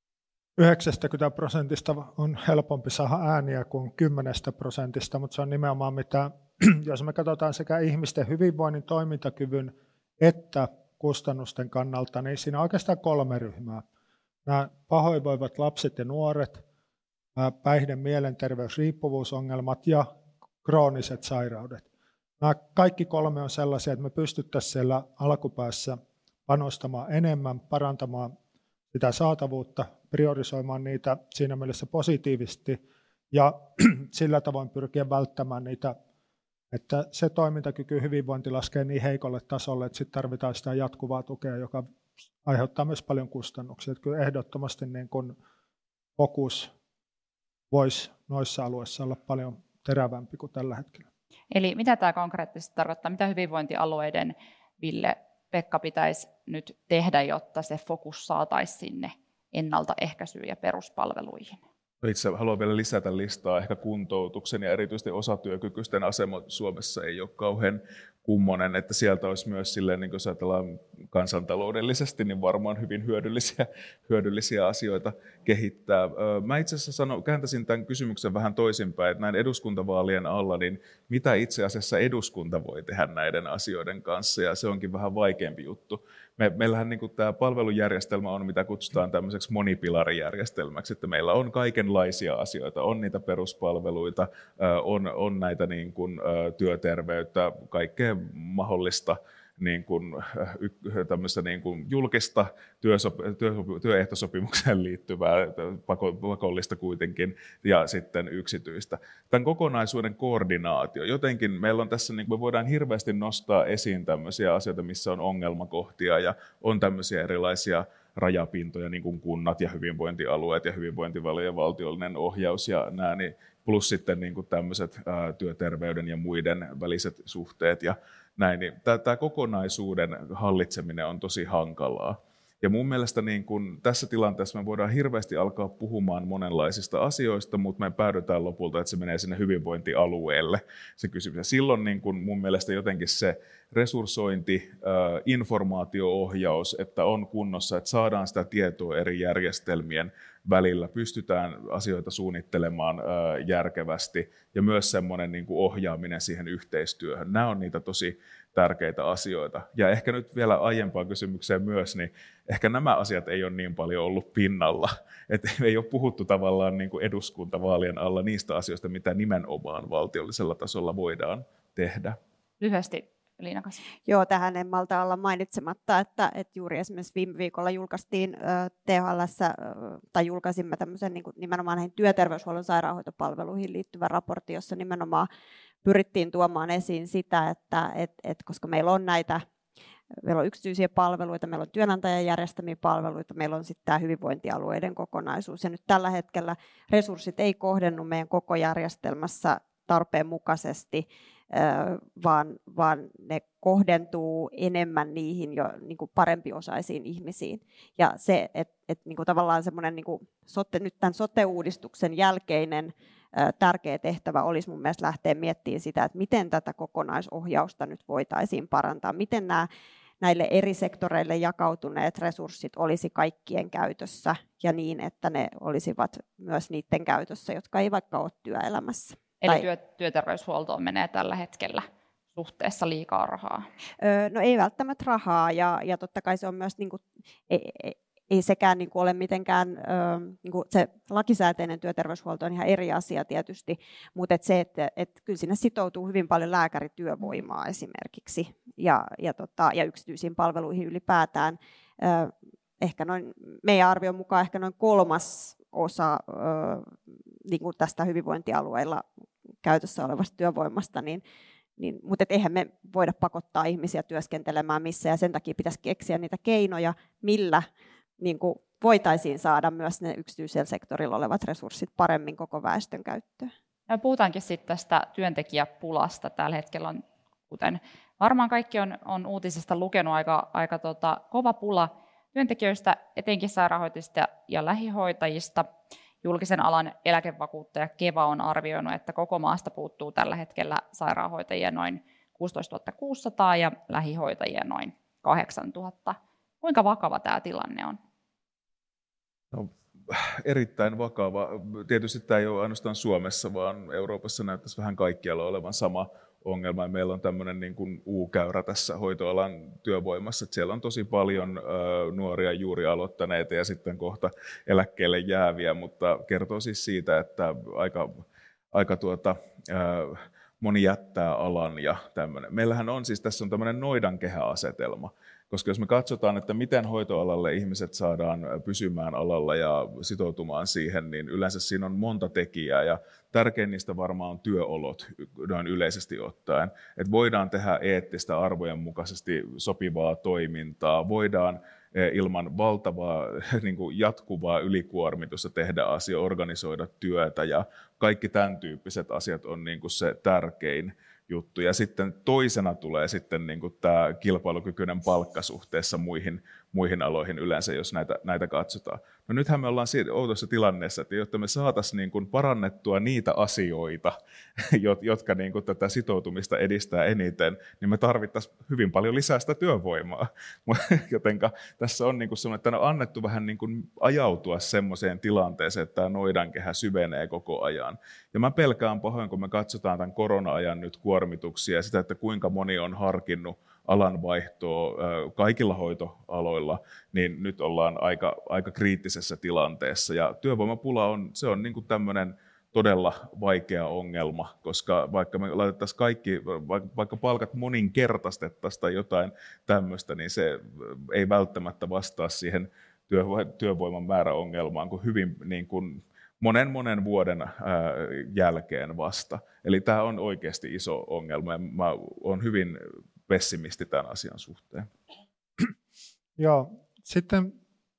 90% on helpompi saada ääniä kuin 10%, mutta se on nimenomaan mitä, jos me katsotaan sekä ihmisten hyvinvoinnin, toimintakyvyn että kustannusten kannalta, niin siinä on oikeastaan 3 ryhmää. Nämä pahoinvoivat lapset ja nuoret, päihde-, mielenterveys-, riippuvuusongelmat ja krooniset sairaudet. Nämä kaikki 3 on sellaisia, että me pystyttäisiin siellä alkupäässä panostamaan enemmän, parantamaan sitä saatavuutta, priorisoimaan niitä siinä mielessä positiivisesti ja sillä tavoin pyrkiä välttämään niitä, että se toimintakyky, hyvinvointi laskee niin heikolle tasolle, että sitten tarvitaan sitä jatkuvaa tukea, joka aiheuttaa myös paljon kustannuksia. Että kyllä ehdottomasti niin kun fokus voisi noissa alueissa olla paljon terävämpi kuin tällä hetkellä. Eli mitä tämä konkreettisesti tarkoittaa? Mitä hyvinvointialueiden, Ville-Pekka, pitäisi nyt tehdä, jotta se fokus saataisiin sinne ennaltaehkäisyyn ja peruspalveluihin? Itse haluan vielä lisätä listaa ehkä kuntoutuksen ja erityisesti osatyökykyisten asema Suomessa ei ole kauhean kummonen, että sieltä olisi myös silleen, niin jos ajatellaan kansantaloudellisesti, niin varmaan hyvin hyödyllisiä asioita kehittää. Mä itse asiassa kääntäisin tämän kysymyksen vähän toisinpäin, että näin eduskuntavaalien alla, niin mitä itse asiassa eduskunta voi tehdä näiden asioiden kanssa, ja se onkin vähän vaikeampi juttu. Meillähän niin kuin tämä palvelujärjestelmä on, mitä kutsutaan tämmöiseksi monipilarijärjestelmäksi, että meillä on kaikenlaisia asioita, on niitä peruspalveluita, on näitä niin kuin työterveyttä, kaikkea mahdollista niin kuin, tämmöistä niin kuin julkista työehtosopimukseen liittyvää, pakollista kuitenkin, ja sitten yksityistä. Tämän kokonaisuuden koordinaatio. Jotenkin meillä on tässä, niin me voidaan hirveästi nostaa esiin tämmöisiä asioita, missä on ongelmakohtia, ja on tämmöisiä erilaisia rajapintoja, niin kuin kunnat ja hyvinvointialueet ja hyvinvointivalio ja valtiollinen ohjaus ja nämä, niin plus sitten niin kuin tämmöiset työterveyden ja muiden väliset suhteet ja näin, niin tämä kokonaisuuden hallitseminen on tosi hankalaa. Ja mun mielestä niin kun tässä tilanteessa me voidaan hirveästi alkaa puhumaan monenlaisista asioista, mutta me päädytään lopulta, että se menee sinne hyvinvointialueelle se kysymys. Ja silloin niin kun mun mielestä jotenkin se resurssointi, informaatio-ohjaus, että on kunnossa, että saadaan sitä tietoa eri järjestelmien välillä, pystytään asioita suunnittelemaan järkevästi ja myös semmoinen niin kuin ohjaaminen siihen yhteistyöhön. Nämä on niitä tosi tärkeitä asioita. Ja ehkä nyt vielä aiempaan kysymykseen myös, niin ehkä nämä asiat ei ole niin paljon ollut pinnalla. Että ei ole puhuttu tavallaan niin kuin eduskuntavaalien alla niistä asioista, mitä nimenomaan valtiollisella tasolla voidaan tehdä. Lyhyesti. Liina Kasi. Joo, tähän en malta olla mainitsematta, että juuri esimerkiksi viime viikolla julkaistiin THL:ssä, tai julkaisimme tämmöisen niin kuin nimenomaan näihin työterveyshuollon sairaanhoitopalveluihin liittyvän raportin, jossa nimenomaan pyrittiin tuomaan esiin sitä, että koska meillä on meillä on yksityisiä palveluita, meillä on työnantajan järjestämiä palveluita, meillä on sitten tämä hyvinvointialueiden kokonaisuus, ja nyt tällä hetkellä resurssit ei kohdennu meidän koko järjestelmässä tarpeen mukaisesti vaan ne kohdentuu enemmän niihin jo niin kuin parempiosaisiin ihmisiin. Ja se, että niin kuin tavallaan semmoinen niin kuin nyt tämän sote-uudistuksen jälkeinen tärkeä tehtävä olisi mun mielestä lähteä miettimään sitä, että miten tätä kokonaisohjausta nyt voitaisiin parantaa, miten näille eri sektoreille jakautuneet resurssit olisi kaikkien käytössä ja niin, että ne olisivat myös niiden käytössä, jotka ei vaikka ole työelämässä. Eli työterveyshuoltoon menee tällä hetkellä suhteessa liikaa rahaa? No ei välttämättä rahaa ja totta kai se on myös, niin kuin, ei sekään niin kuin ole mitenkään, niin kuin se lakisääteinen työterveyshuolto on ihan eri asia tietysti, mutta se, että kyllä sinne sitoutuu hyvin paljon lääkärityövoimaa esimerkiksi ja yksityisiin palveluihin ylipäätään. Ehkä meidän arvion mukaan ehkä noin 1/3 niin kuin tästä hyvinvointialueilla käytössä olevasta työvoimasta, mutta eihän me voida pakottaa ihmisiä työskentelemään missä, ja sen takia pitäisi keksiä niitä keinoja, millä niin kuin voitaisiin saada myös ne yksityisellä sektorilla olevat resurssit paremmin koko väestön käyttöön. Ja puhutaankin sitten tästä työntekijäpulasta. Tällä hetkellä on, kuten varmaan kaikki on uutisista lukenut, aika kova pula työntekijöistä, etenkin sairaanhoitajista ja lähihoitajista. Julkisen alan eläkevakuuttaja Keva on arvioinut, että koko maasta puuttuu tällä hetkellä sairaanhoitajia noin 16 600 ja lähihoitajia noin 8 000. Kuinka vakava tämä tilanne on? No, erittäin vakava. Tietysti tämä ei ole ainoastaan Suomessa, vaan Euroopassa näyttäisi vähän kaikkialla olevan sama ongelma. Meillä on tämmöinen niin kuin U-käyrä tässä hoitoalan työvoimassa, että siellä on tosi paljon nuoria juuri aloittaneita ja sitten kohta eläkkeelle jääviä, mutta kertoo siis siitä, että aika moni jättää alan ja tämmöinen. Meillähän on siis, tässä on tämmöinen noidankehäasetelma, koska jos me katsotaan, että miten hoitoalalle ihmiset saadaan pysymään alalla ja sitoutumaan siihen, niin yleensä siinä on monta tekijää ja tärkein niistä varmaan on työolot noin yleisesti ottaen. Että voidaan tehdä eettistä arvojen mukaisesti sopivaa toimintaa, voidaan ilman valtavaa niin kuin jatkuvaa ylikuormitusta tehdä asioita, organisoida työtä ja kaikki tämän tyyppiset asiat on niin kuin se tärkein juttu. Ja sitten toisena tulee sitten niin kuin tämä kilpailukykyinen palkka suhteessa muihin aloihin yleensä, jos näitä katsotaan. No nythän me ollaan siinä outossa tilanteessa, että jotta me saataisiin niin kuin parannettua niitä asioita, jotka niin kuin tätä sitoutumista edistää eniten, niin me tarvittaisiin hyvin paljon lisää sitä työvoimaa. Jotenka tässä on niin kuin semmoinen, että on annettu vähän niin kuin ajautua semmoiseen tilanteeseen, että tämä noidankehä syvenee koko ajan. Ja mä pelkään pahoin, kun me katsotaan tämän korona-ajan nyt kuormituksia ja sitä, että kuinka moni on harkinnut alanvaihtoa kaikilla hoitoaloilla, niin nyt ollaan aika kriittisessä tilanteessa. Ja työvoimapula on niin kuin tämmöinen todella vaikea ongelma, koska vaikka me laitettaisiin kaikki, vaikka palkat moninkertaistettaisiin tai jotain tämmöistä, niin se ei välttämättä vastaa siihen työvoiman määräongelmaan kuin hyvin niin kuin monen vuoden jälkeen vasta. Eli tämä on oikeasti iso ongelma ja mä olen hyvin pessimisti tämän asian suhteen. Joo, sitten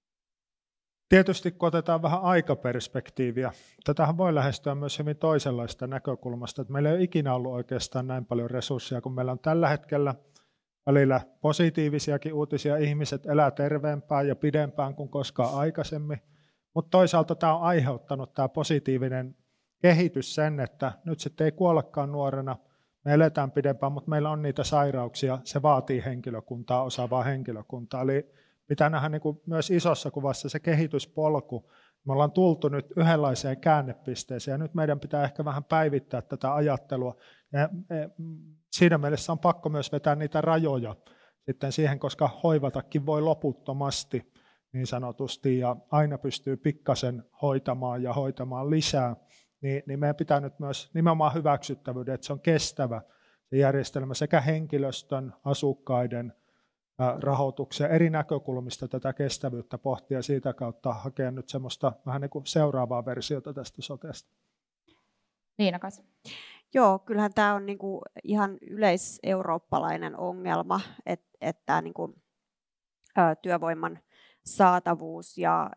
tietysti kun otetaan vähän aikaperspektiiviä, tätähän voi lähestyä myös hyvin toisenlaista näkökulmasta, että meillä ei ole ikinä ollut oikeastaan näin paljon resursseja, kun meillä on tällä hetkellä välillä positiivisiakin uutisia, ihmiset elää terveempään ja pidempään kuin koskaan aikaisemmin, mutta toisaalta tämä on aiheuttanut tämä positiivinen kehitys sen, että nyt sitten ei kuollakaan nuorena, me eletään pidempään, mutta meillä on niitä sairauksia, se vaatii henkilökuntaa, osaavaa henkilökuntaa. Eli pitää nähdä niin kuin myös isossa kuvassa se kehityspolku. Me ollaan tultu nyt yhdenlaiseen käännepisteeseen ja nyt meidän pitää ehkä vähän päivittää tätä ajattelua. Ja siinä mielessä on pakko myös vetää niitä rajoja sitten siihen, koska hoivatakin voi loputtomasti niin sanotusti ja aina pystyy pikkasen hoitamaan ja hoitamaan lisää. Niin meidän pitää nyt myös nimenomaan hyväksyttävyyden, että se on kestävä se järjestelmä sekä henkilöstön, asukkaiden, rahoituksen eri näkökulmista tätä kestävyyttä pohtia ja siitä kautta hakea nyt semmoista vähän niin kuin seuraavaa versiota tästä sotesta. Liina-Kaisa. Joo, kyllähän tämä on niin kuin ihan yleiseurooppalainen ongelma, että tämä niin kuin työvoiman saatavuus ja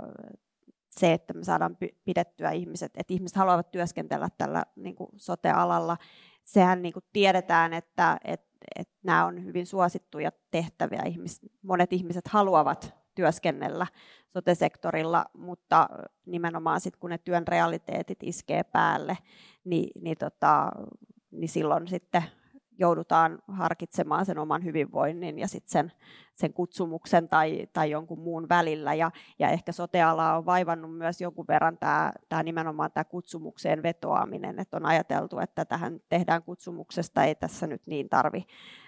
se, että me saadaan pidettyä ihmiset, että ihmiset haluavat työskentellä tällä niin kuin sote-alalla. sehän niin kuin tiedetään, että nämä on hyvin suosittuja tehtäviä. Monet ihmiset haluavat työskennellä sote-sektorilla, mutta nimenomaan sitten kun ne työn realiteetit iskee päälle, niin silloin sitten joudutaan harkitsemaan sen oman hyvinvoinnin ja sitten sen kutsumuksen tai jonkun muun välillä. Ja ehkä sote-alaa on vaivannut myös jonkun verran tämä nimenomaan tämä kutsumukseen vetoaminen, että on ajateltu, että tähän tehdään kutsumuksesta, ei tässä nyt niin tarvi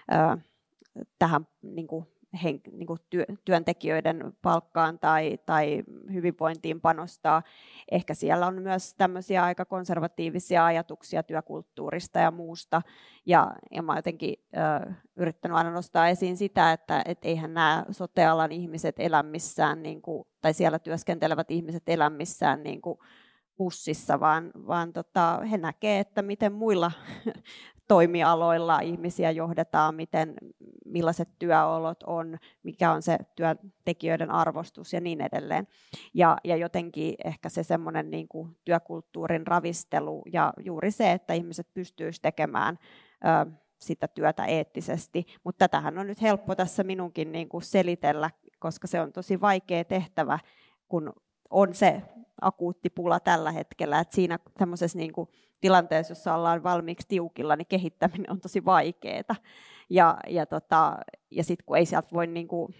tähän niin kuin työntekijöiden palkkaan tai hyvinvointiin panostaa. Ehkä siellä on myös tämmöisiä aika konservatiivisia ajatuksia työkulttuurista ja muusta. Ja mä oon jotenkin yrittänyt aina nostaa esiin sitä, että eihän nämä sote-alan ihmiset elä missään, tai siellä työskentelevät ihmiset elä missään pussissa, vaan he näkee, että miten muilla toimialoilla ihmisiä johdetaan, millaiset työolot on, mikä on se työntekijöiden arvostus ja niin edelleen. Ja jotenkin ehkä se semmoinen niin kuin työkulttuurin ravistelu ja juuri se, että ihmiset pystyisivät tekemään sitä työtä eettisesti. Mutta tätähän on nyt helppo tässä minunkin niin kuin selitellä, koska se on tosi vaikea tehtävä, kun on se akuutti pula tällä hetkellä, että siinä tämmöisessä niin kuin tilanteessa, jossa ollaan valmiiksi tiukilla, niin kehittäminen on tosi vaikeaa. Ja sitten kun ei sieltä voi,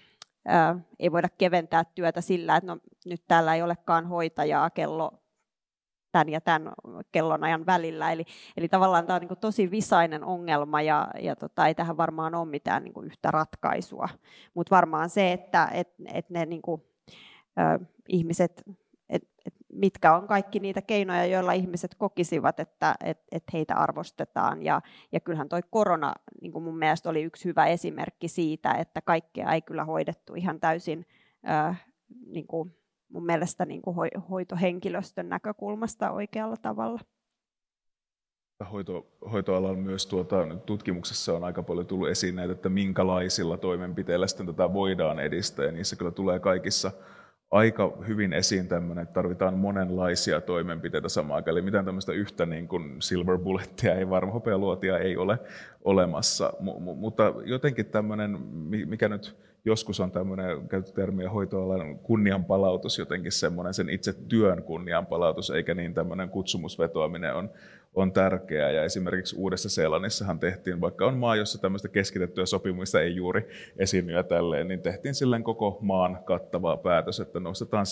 ei voida keventää työtä sillä, että no, nyt täällä ei olekaan hoitajaa kello tämän ja tämän kellonajan välillä. Eli tavallaan tämä on niin tosi visainen ongelma ja ei tähän varmaan ole mitään niin yhtä ratkaisua. Mutta varmaan se, että ne ihmiset, mitkä on kaikki niitä keinoja, joilla ihmiset kokisivat, että heitä arvostetaan. Ja kyllähän toi korona niin kuin mun mielestä oli yksi hyvä esimerkki siitä, että kaikkea ei kyllä hoidettu ihan täysin niin kuin mun mielestä niin kuin hoitohenkilöstön näkökulmasta oikealla tavalla. Hoitoalalla myös tutkimuksessa on aika paljon tullut esiin näitä, että minkälaisilla toimenpiteillä sitten tätä voidaan edistää, ja niissä kyllä tulee kaikissa aika hyvin esiin tämmöinen, että tarvitaan monenlaisia toimenpiteitä samaan aikaan. Eli mitään tämmöistä yhtä niin kuin silver bullettia, ei varmaan hopealuotia ei ole olemassa. Mutta jotenkin tämmöinen, mikä nyt joskus on tämmöinen käyttötermiä hoitoalan kunnianpalautus, jotenkin semmoinen sen itse työn kunnianpalautus, eikä niin tämmöinen kutsumusvetoaminen on tärkeää. Ja esimerkiksi Uudessa-Seelannissahan tehtiin, vaikka on maa, jossa tämmöistä keskitettyä sopimista ei juuri esiinny ja tälleen, niin tehtiin silleen koko maan kattava päätös, että nostetaan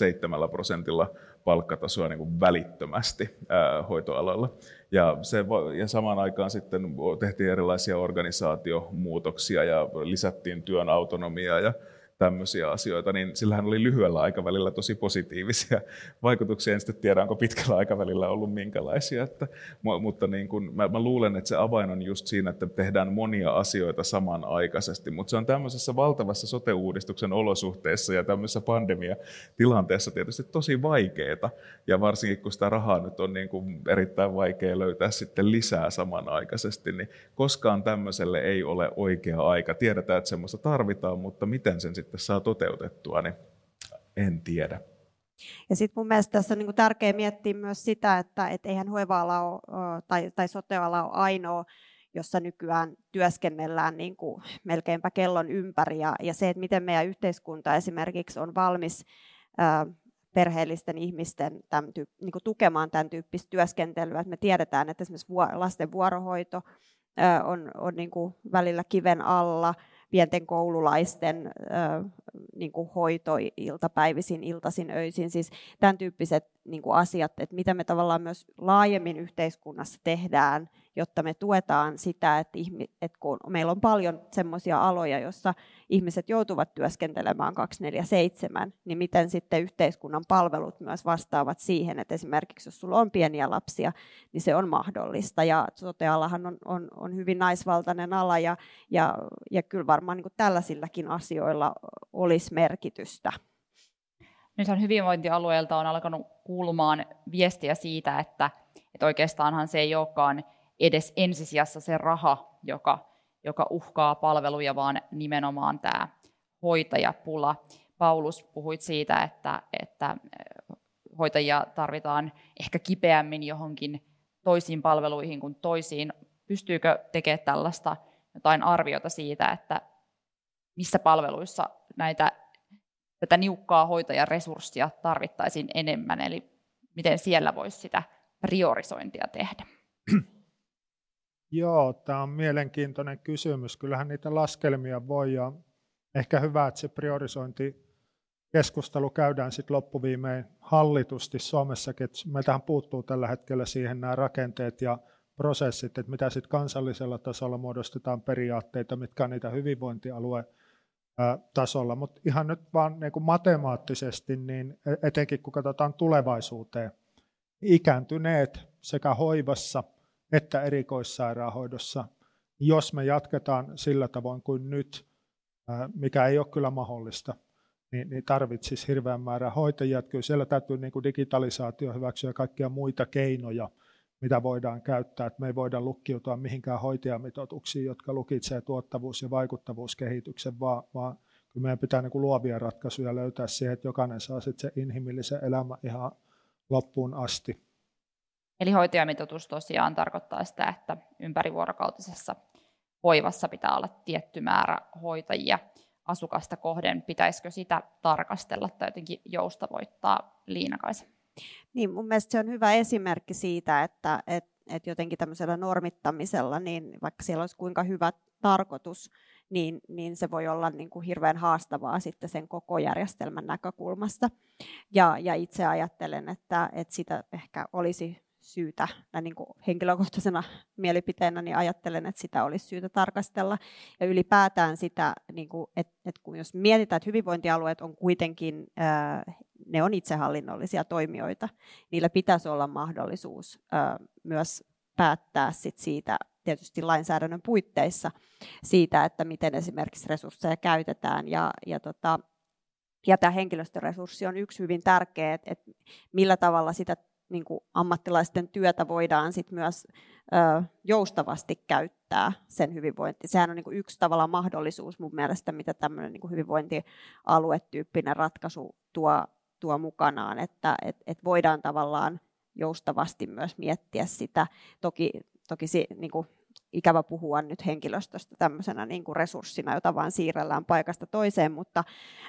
7% palkkatasoa niin kuin välittömästi hoitoalalla. Ja samaan aikaan sitten tehtiin erilaisia organisaatiomuutoksia ja lisättiin työn autonomiaa ja tämmöisiä asioita, niin sillähän oli lyhyellä aikavälillä tosi positiivisia vaikutuksia. En sitten tiedä, onko pitkällä aikavälillä ollut minkälaisia. Mutta niin kun, mä luulen, että se avain on just siinä, että tehdään monia asioita samanaikaisesti. Mutta se on tämmöisessä valtavassa sote-uudistuksen olosuhteessa ja tämmöisessä pandemiatilanteessa tietysti tosi vaikeaa. Ja varsinkin, kun sitä rahaa nyt on niin kuin erittäin vaikea löytää sitten lisää samanaikaisesti, niin koskaan tämmöiselle ei ole oikea aika. Tiedetään, että semmoista tarvitaan, mutta miten sen sitten saa toteutettua, niin en tiedä. Ja sitten mun mielestä tässä on niin kuin tärkeää miettiä myös sitä, että eihän hoiva-ala tai sote-ala ole ainoa, jossa nykyään työskennellään niin kuin melkeinpä kellon ympäri. Ja se, että miten meidän yhteiskunta esimerkiksi on valmis perheellisten ihmisten niin kuin tukemaan tämän tyyppistä työskentelyä. Että me tiedetään, että esimerkiksi lasten vuorohoito on niin kuin välillä kiven alla, pienten koululaisten niin kuin hoito iltapäivisin, iltaisin, öisin, siis tämän tyyppiset niin kuin asiat, että mitä me tavallaan myös laajemmin yhteiskunnassa tehdään, jotta me tuetaan sitä, että kun meillä on paljon semmoisia aloja, joissa ihmiset joutuvat työskentelemään 24/7, niin miten sitten yhteiskunnan palvelut myös vastaavat siihen, että esimerkiksi jos sulla on pieniä lapsia, niin se on mahdollista. Ja sote-alahan on hyvin naisvaltainen ala ja kyllä varmaan niin kuin tällaisillakin asioilla olisi merkitystä. Nythän hyvinvointialueelta on alkanut kuulumaan viestiä siitä, että oikeastaanhan se ei olekaan edes ensisijassa se raha, joka uhkaa palveluja, vaan nimenomaan tämä hoitajapula. Paulus, puhuit siitä, että hoitajia tarvitaan ehkä kipeämmin johonkin toisiin palveluihin kuin toisiin. pystyykö tekemään tällaista jotain arviota siitä, että missä palveluissa tätä niukkaa hoitajaresurssia tarvittaisiin enemmän, eli miten siellä voisi sitä priorisointia tehdä? Joo, tämä on mielenkiintoinen kysymys. Kyllähän niitä laskelmia voi, ja ehkä hyvä, että se priorisointikeskustelu käydään sitten loppuviimein hallitusti Suomessakin. Meiltähän puuttuu tällä hetkellä siihen nämä rakenteet ja prosessit, että mitä sitten kansallisella tasolla muodostetaan periaatteita, mitkä on niitä hyvinvointialuetasolla. Mutta ihan nyt vaan niin kuin matemaattisesti, niin etenkin kun katsotaan tulevaisuuteen, ikääntyneet sekä hoivassa että erikoissairaanhoidossa, jos me jatketaan sillä tavoin kuin nyt, mikä ei ole kyllä mahdollista, niin tarvitsisi hirveän määrä hoitajia. Kyllä siellä täytyy niin kuin digitalisaatio hyväksyä ja kaikkia muita keinoja, mitä voidaan käyttää. Että me ei voida lukkiutua mihinkään hoitajamitoituksiin, jotka lukitsee tuottavuus- ja vaikuttavuuskehityksen, vaan kyllä meidän pitää niin kuin luovia ratkaisuja löytää siihen, että jokainen saa sitten se inhimillisen elämän ihan loppuun asti. Eli hoitajamitoitus tosiaan tarkoittaa sitä, että ympärivuorokautisessa hoivassa pitää olla tietty määrä hoitajia asukasta kohden. Pitäisikö sitä tarkastella tai jotenkin joustavoittaa, Liina-Kaisa? Niin, mun mielestä se on hyvä esimerkki siitä, että jotenkin tämmöisellä normittamisella, niin vaikka siellä olisi kuinka hyvä tarkoitus, niin se voi olla niin kuin hirveän haastavaa sitten sen koko järjestelmän näkökulmasta. Ja itse ajattelen, että sitä ehkä olisi syytä, niin kuin henkilökohtaisena mielipiteenä, niin ajattelen, että sitä olisi syytä tarkastella. Ja ylipäätään sitä, niin kuin, että kun jos mietitään, että hyvinvointialueet on kuitenkin, ne on itsehallinnollisia toimijoita, niillä pitäisi olla mahdollisuus myös päättää sit siitä, tietysti lainsäädännön puitteissa, siitä, että miten esimerkiksi resursseja käytetään. Ja tämä henkilöstöresurssi on yksi hyvin tärkeä, että millä tavalla sitä niin kuin ammattilaisten työtä voidaan sit myös joustavasti käyttää sen hyvinvointi. Sehän on niin kuin yksi tavalla mahdollisuus mun mielestä, mitä tämmöinen niin kuin hyvinvointialuetyyppinen ratkaisu tuo mukanaan, että voidaan tavallaan joustavasti myös miettiä sitä. Toki niin kuin ikävä puhua nyt henkilöstöstä tämmöisenä niin kuin resurssina, jota vaan siirrellään paikasta toiseen, mutta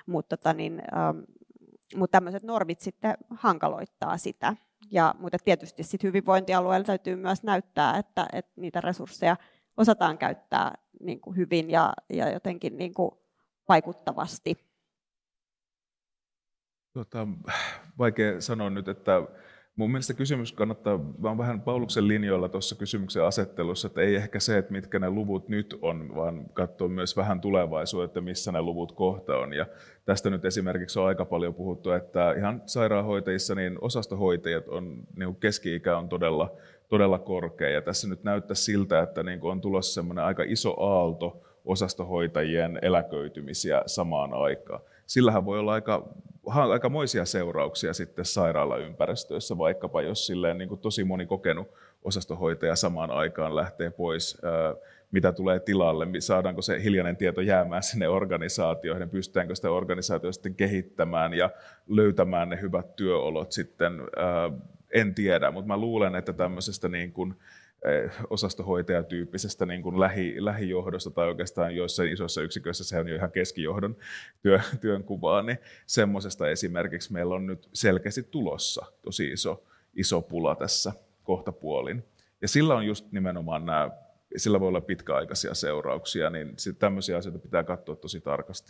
tämmöiset normit sitten hankaloittaa sitä. Mutta tietysti sit hyvinvointialueella täytyy myös näyttää, että niitä resursseja osataan käyttää niin kuin hyvin ja jotenkin niin kuin vaikuttavasti. Vaikea sanoa nyt, että mun mielestä kysymys kannattaa, mä oon vähän Pauluksen linjoilla tuossa kysymyksen asettelussa, että ei ehkä se, että mitkä ne luvut nyt on, vaan katsoa myös vähän tulevaisuutta, missä ne luvut kohta on. Ja tästä nyt esimerkiksi on aika paljon puhuttu, että ihan sairaanhoitajissa niin osastohoitajat on, niin keski-ikä on todella korkea. Ja tässä nyt näyttää siltä, että niin on tulossa semmoinen aika iso aalto osastohoitajien eläköitymisiä samaan aikaan. Sillähän voi olla aikamoisia seurauksia sitten sairaalaympäristöissä, vaikkapa jos silleen niin kuin tosi moni kokenut osastohoitaja samaan aikaan lähtee pois, mitä tulee tilalle, saadaanko se hiljainen tieto jäämään sinne organisaatioihin, pystytäänkö sitä organisaatiota sitten kehittämään ja löytämään ne hyvät työolot sitten, en tiedä, mutta mä luulen, että tämmöisestä niin kuin osastohoitajatyyppisestä niin kuin lähijohdosta tai oikeastaan joissain isoissa yksiköissä se on jo ihan keskijohdon työnkuvaa, niin semmoisesta esimerkiksi meillä on nyt selkeästi tulossa tosi iso pula tässä kohtapuolin. Ja sillä on just nimenomaan sillä voi olla pitkäaikaisia seurauksia, niin tämmöisiä asioita pitää katsoa tosi tarkasti.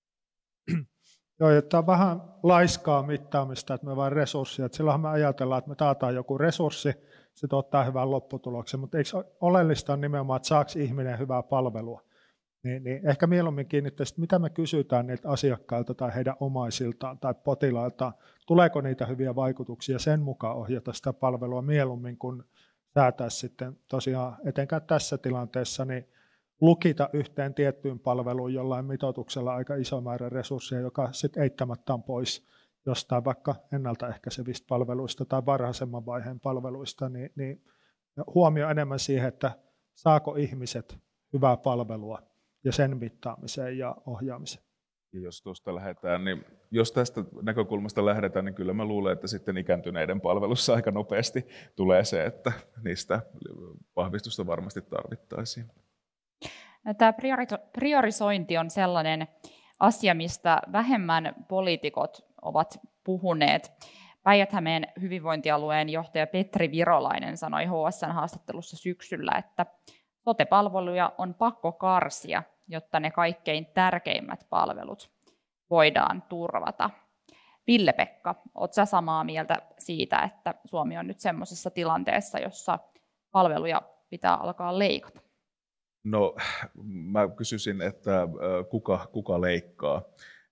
Joo, ja tämä on vähän laiskaa mittaamista, että me vain resursseja. Silloinhan me ajatellaan, että me taataan joku resurssi, se tuottaa hyvän lopputuloksen, mutta eikö oleellista on nimenomaan, että saako ihminen hyvää palvelua? Niin ehkä mieluummin kiinnittäisi, mitä me kysytään niiltä asiakkailta tai heidän omaisiltaan tai potilailtaan, tuleeko niitä hyviä vaikutuksia, sen mukaan ohjata sitä palvelua mieluummin, kun säätää sitten tosiaan etenkään tässä tilanteessa, niin lukita yhteen tiettyyn palveluun jollain mitoituksella aika iso määrä resursseja, joka sitten eittämättä on pois jostain vaikka ennaltaehkäisevistä palveluista tai varhaisemman vaiheen palveluista, niin huomio enemmän siihen, että saako ihmiset hyvää palvelua ja sen mittaamiseen ja ohjaamiseen. Ja jos tuosta lähdetään, niin jos tästä näkökulmasta lähdetään, niin kyllä mä luulen, että sitten ikääntyneiden palvelussa aika nopeasti tulee se, että niistä vahvistusta varmasti tarvittaisiin. Tämä priorisointi on sellainen asia, mistä vähemmän poliitikot ovat puhuneet. Päijät-Hämeen hyvinvointialueen johtaja Petri Virolainen sanoi HSN haastattelussa syksyllä, että sote-palveluja on pakko karsia, jotta ne kaikkein tärkeimmät palvelut voidaan turvata. Ville-Pekka, oletko sä samaa mieltä siitä, että Suomi on nyt semmoisessa tilanteessa, jossa palveluja pitää alkaa leikata? No, mä kysyisin, että kuka leikkaa?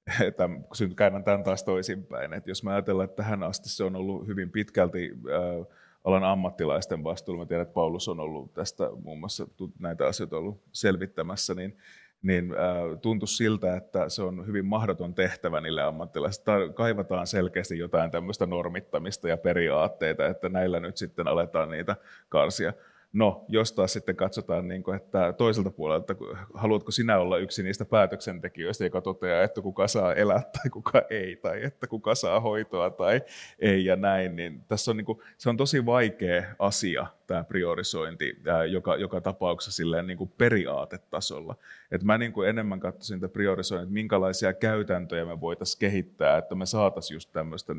Käännän tämän taas toisinpäin. Että jos mä ajatellaan, että tähän asti se on ollut hyvin pitkälti alan ammattilaisten vastuulla, mä tiedän, että Paulus on ollut tästä muun muassa näitä asioita ollut selvittämässä, niin tuntui siltä, että se on hyvin mahdoton tehtävä niille ammattilaisille. Kaivataan selkeästi jotain tämmöistä normittamista ja periaatteita, että näillä nyt sitten aletaan niitä karsia. No, jos taas sitten katsotaan, että toiselta puolelta, haluatko sinä olla yksi niistä päätöksentekijöistä, joka toteaa, että kuka saa elää tai kuka ei, tai että kuka saa hoitoa tai ei ja näin, niin tässä on, se on tosi vaikea asia, tämä priorisointi, joka tapauksessa silleen periaatetasolla. Et mä enemmän katsoisin tätä priorisointia, että minkälaisia käytäntöjä me voitaisiin kehittää, että me saataisiin just tämmöistä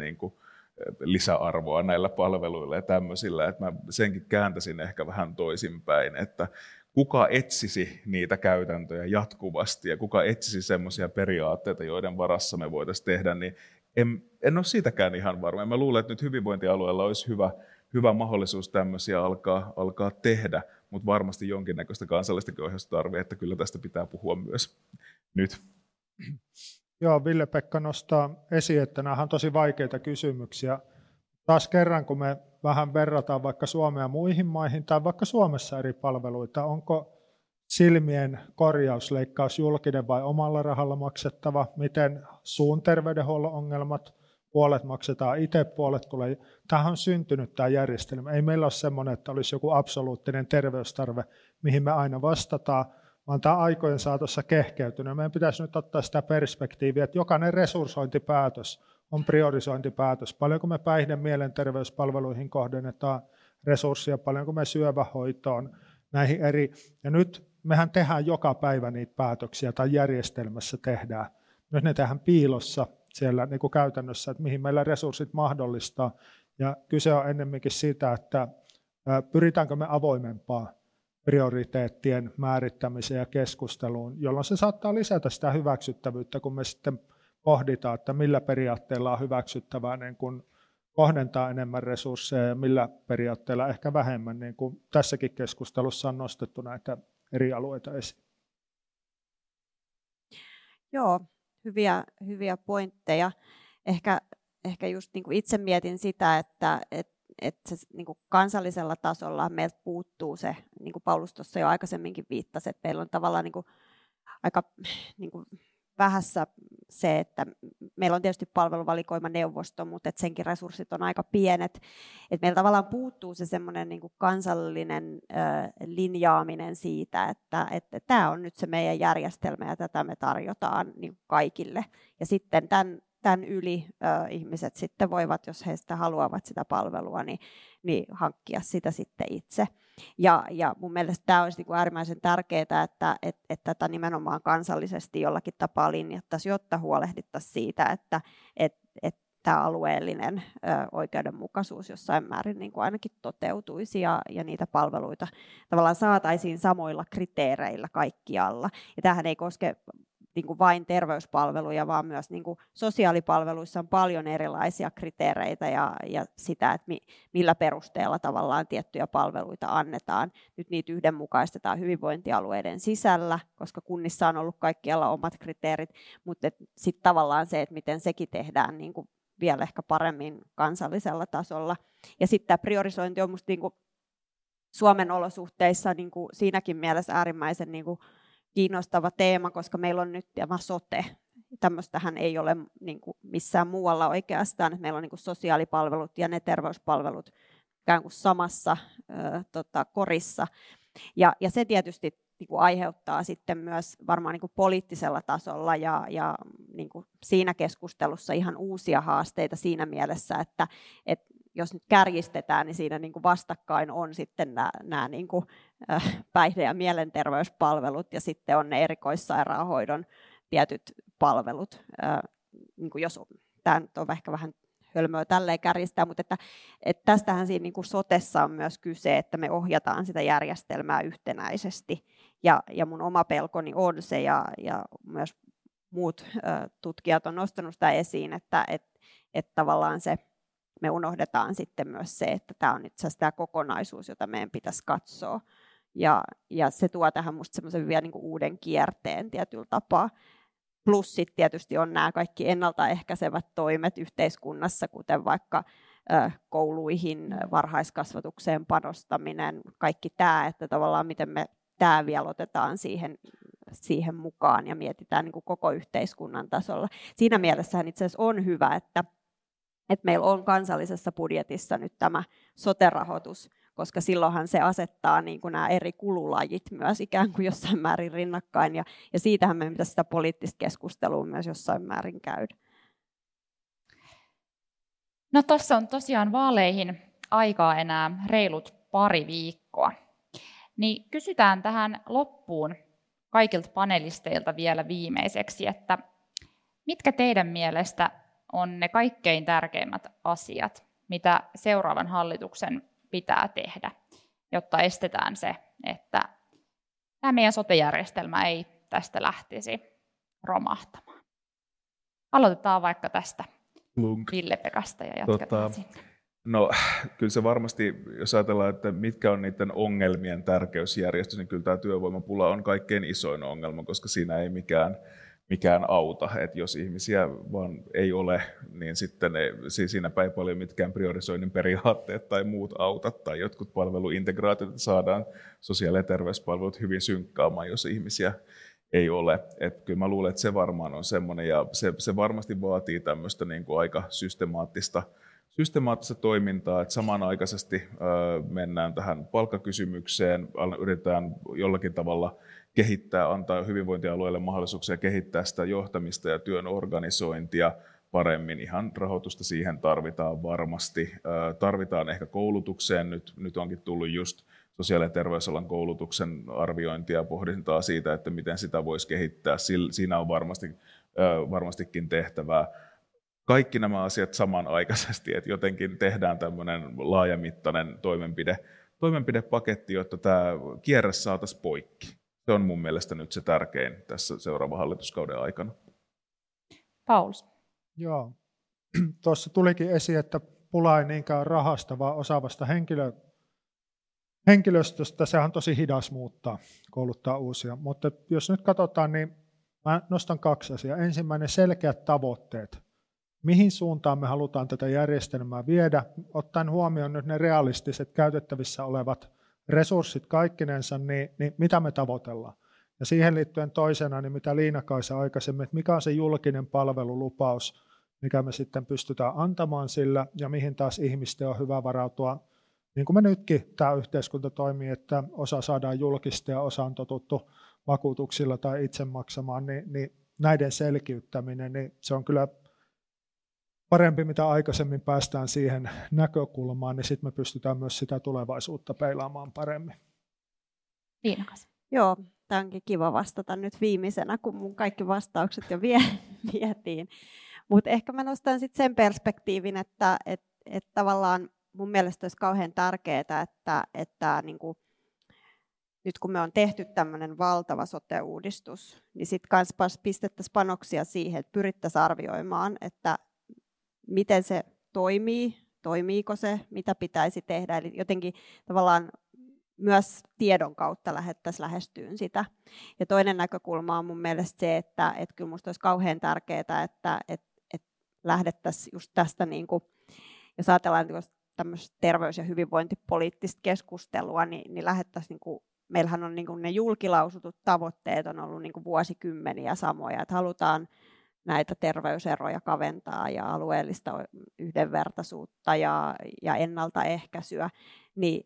lisäarvoa näillä palveluilla ja tämmöisillä, että mä senkin kääntäisin ehkä vähän toisinpäin, että kuka etsisi niitä käytäntöjä jatkuvasti ja kuka etsisi semmoisia periaatteita, joiden varassa me voitaisiin tehdä, niin en ole siitäkään ihan varma. Mä luulen, että nyt hyvinvointialueella olisi hyvä mahdollisuus tämmöisiä alkaa tehdä, mutta varmasti jonkinnäköistä kansallistakin ohjausta tarvitsee, että kyllä tästä pitää puhua myös nyt. Joo, Ville-Pekka nostaa esiin, että nämä on tosi vaikeita kysymyksiä. Taas kerran, kun me vähän verrataan vaikka Suomea muihin maihin tai vaikka Suomessa eri palveluita, onko silmien korjausleikkaus julkinen vai omalla rahalla maksettava, miten suun terveydenhuollon ongelmat, puolet maksetaan itse, puolet tulee. Tämähän on syntynyt tämä järjestelmä. Ei meillä ole semmoinen, että olisi joku absoluuttinen terveystarve, mihin me aina vastataan, vaan tämä aikojen saatossa kehkeytynyt. Meidän pitäisi nyt ottaa sitä perspektiiviä, että jokainen resurssointipäätös on priorisointipäätös. Paljonko me päihde- mielenterveyspalveluihin kohdennetaan resursseja, paljonko me syövähoitoon, näihin eri. Ja nyt mehän tehdään joka päivä niitä päätöksiä, tai järjestelmässä tehdään. Nyt ne tehdään piilossa siellä niin kuin käytännössä, että mihin meillä resurssit mahdollistaa. Ja kyse on ennemminkin siitä, että pyritäänkö me avoimempaa prioriteettien määrittämiseen ja keskusteluun, jolloin se saattaa lisätä sitä hyväksyttävyyttä, kun me sitten pohditaan, että millä periaatteella on hyväksyttävää niin kun kohdentaa enemmän resursseja ja millä periaatteella ehkä vähemmän, niin kuin tässäkin keskustelussa on nostettu näitä eri alueita esiin. Joo, hyviä pointteja. Ehkä just niin kuin itse mietin sitä, että se niin kuin kansallisella tasolla meiltä puuttuu se, niin kuin Paulus tuossa jo aikaisemminkin viittasi, että meillä on tavallaan niin kuin aika niin kuin vähässä se, että meillä on tietysti palveluvalikoimaneuvosto, mutta että senkin resurssit on aika pienet. Että meillä tavallaan puuttuu se semmoinen niin kuin kansallinen linjaaminen siitä, että tämä on nyt se meidän järjestelmä ja tätä me tarjotaan niin kuin kaikille. Ja sitten tämän yli ihmiset sitten voivat, jos he sitä haluavat sitä palvelua, niin hankkia sitä sitten itse. Ja mun mielestä tämä olisi niin kuin äärimmäisen tärkeää, että tätä nimenomaan kansallisesti jollakin tapaa linjattaisiin, jotta huolehdittaisiin siitä, että tämä alueellinen oikeudenmukaisuus jossain määrin niin kuin ainakin toteutuisi ja niitä palveluita tavallaan saataisiin samoilla kriteereillä kaikkialla. Ja tämähän ei koske niin kuin vain terveyspalveluja, vaan myös niin kuin sosiaalipalveluissa on paljon erilaisia kriteereitä ja sitä, että millä perusteella tavallaan tiettyjä palveluita annetaan. Nyt niitä yhdenmukaistetaan hyvinvointialueiden sisällä, koska kunnissa on ollut kaikkialla omat kriteerit, mutta sitten tavallaan se, että miten sekin tehdään niin kuin vielä ehkä paremmin kansallisella tasolla. Ja sitten tämä priorisointi on minusta niin kuin Suomen olosuhteissa niin kuin siinäkin mielessä äärimmäisen niin kuin kiinnostava teema, koska meillä on nyt tämä sote. Tämmöistähän ei ole niin kuin missään muualla oikeastaan, että meillä on niin kuin sosiaalipalvelut ja ne terveyspalvelut ikään kuin samassa korissa. Ja se tietysti niin kuin aiheuttaa sitten myös varmaan niin kuin poliittisella tasolla ja niin kuin siinä keskustelussa ihan uusia haasteita siinä mielessä, että jos nyt kärjistetään, niin siinä niin kuin vastakkain on sitten nämä niin kuin päihde- ja mielenterveyspalvelut ja sitten on ne erikoissairaanhoidon tietyt palvelut. Niin kuin jos tämä nyt on ehkä vähän hölmöä tälleen kärjistää, mutta että tästähän siinä niin kuin sotessa on myös kyse, että me ohjataan sitä järjestelmää yhtenäisesti. Ja mun oma pelkoni on se, ja myös muut tutkijat on nostanut sitä esiin, että tavallaan me unohdetaan sitten myös se, että tämä on itse asiassa tämä kokonaisuus, jota meidän pitäisi katsoa. Ja se tuo tähän musta semmoisen vielä niin kuin uuden kierteen tietyllä tapaa. Plus sitten tietysti on nämä kaikki ennaltaehkäisevät toimet yhteiskunnassa, kuten vaikka kouluihin, varhaiskasvatukseen panostaminen, kaikki tämä, että tavallaan miten me tämä vielä otetaan siihen mukaan ja mietitään niin kuin koko yhteiskunnan tasolla. Siinä mielessähän itse asiassa on hyvä, että meillä on kansallisessa budjetissa nyt tämä sote-rahoitus, koska silloinhan se asettaa niin kuin nämä eri kululajit myös ikään kuin jossain määrin rinnakkain, ja siitähän meidän pitäisi sitä poliittista keskustelua myös jossain määrin käydä. No tuossa on tosiaan vaaleihin aikaa enää reilut pari viikkoa. Niin kysytään tähän loppuun kaikilta panelisteilta vielä viimeiseksi, että mitkä teidän mielestä on ne kaikkein tärkeimmät asiat, mitä seuraavan hallituksen pitää tehdä, jotta estetään se, että tämä meidän sote-järjestelmä ei tästä lähtisi romahtamaan. Aloitetaan vaikka tästä Ville-Pekasta ja jatketaan sinne. No kyllä se varmasti, jos ajatellaan, että mitkä on niiden ongelmien tärkeysjärjestys, niin kyllä tämä työvoimapula on kaikkein isoin ongelma, koska siinä ei mikään auta. Että jos ihmisiä vaan ei ole, niin sitten siinä ei paljon mitkään priorisoinnin periaatteet tai muut auta, tai jotkut palveluintegraatiot saadaan sosiaali- ja terveyspalvelut hyvin synkkaamaan, jos ihmisiä ei ole. Että kyllä mä luulen, että se varmaan on semmoinen, ja se varmasti vaatii tämmöistä niin kuin aika systemaattista toimintaa, että samanaikaisesti mennään tähän palkkakysymykseen, yritetään jollakin tavalla kehittää, antaa hyvinvointialueille mahdollisuuksia kehittää sitä johtamista ja työn organisointia paremmin. Ihan rahoitusta siihen tarvitaan varmasti. Tarvitaan ehkä koulutukseen. Nyt onkin tullut just sosiaali- ja terveysalan koulutuksen arviointia ja pohdintaa siitä, että miten sitä voisi kehittää. Siinä on varmastikin tehtävää. Kaikki nämä asiat samanaikaisesti, että jotenkin tehdään tämmöinen laajamittainen toimenpidepaketti, jotta tämä kierre saataisiin poikki. Se on mun mielestä nyt se tärkein tässä seuraavan hallituskauden aikana. Pauls. Joo. Tuossa tulikin esiin, että pula ei niinkään rahasta, vaan osaavasta henkilöstöstä. Sehän on tosi hidas muuttaa, kouluttaa uusia. Mutta jos nyt katsotaan, niin mä nostan 2 asiaa. Ensimmäinen, selkeät tavoitteet. Mihin suuntaan me halutaan tätä järjestelmää viedä, ottaen huomioon nyt ne realistiset käytettävissä olevat resurssit kaikkinensa, niin mitä me tavoitellaan. Ja siihen liittyen toisena, niin mitä Liina-Kaisa aikaisemmin, että mikä on se julkinen palvelulupaus, mikä me sitten pystytään antamaan sillä, ja mihin taas ihmisten on hyvä varautua. Niin kuin me nytkin tämä yhteiskunta toimii, että osa saadaan julkista ja osa on totuttu vakuutuksilla tai itse maksamaan, niin näiden selkiyttäminen, niin se on kyllä parempi, mitä aikaisemmin päästään siihen näkökulmaan, niin sitten me pystytään myös sitä tulevaisuutta peilaamaan paremmin. Liina-Kaisa. Joo, tämä onkin kiva vastata nyt viimeisenä, kun mun kaikki vastaukset jo vietiin. Mutta ehkä mä nostan sitten sen perspektiivin, että tavallaan mun mielestä olisi kauhean tärkeää, että niin kuin, nyt kun me on tehty tämmöinen valtava sote-uudistus, niin sitten kanssa pistettäisiin panoksia siihen, että pyrittäisiin arvioimaan, että miten se toimii, toimiiko se, mitä pitäisi tehdä. Eli jotenkin tavallaan myös tiedon kautta lähdettäisiin lähestyyn sitä. Ja toinen näkökulma on mun mielestä se, että kyllä musta olisi kauhean tärkeää, että lähdettäisiin just tästä, niin kuin, jos ajatellaan tämmöistä terveys- ja hyvinvointipoliittista keskustelua, niin lähdettäisiin, niin kuin, meillähän on niin kuin ne julkilausutut tavoitteet on ollut niin kuin vuosikymmeniä samoja, että halutaan näitä terveyseroja kaventaa ja alueellista yhdenvertaisuutta ja ennaltaehkäisyä, niin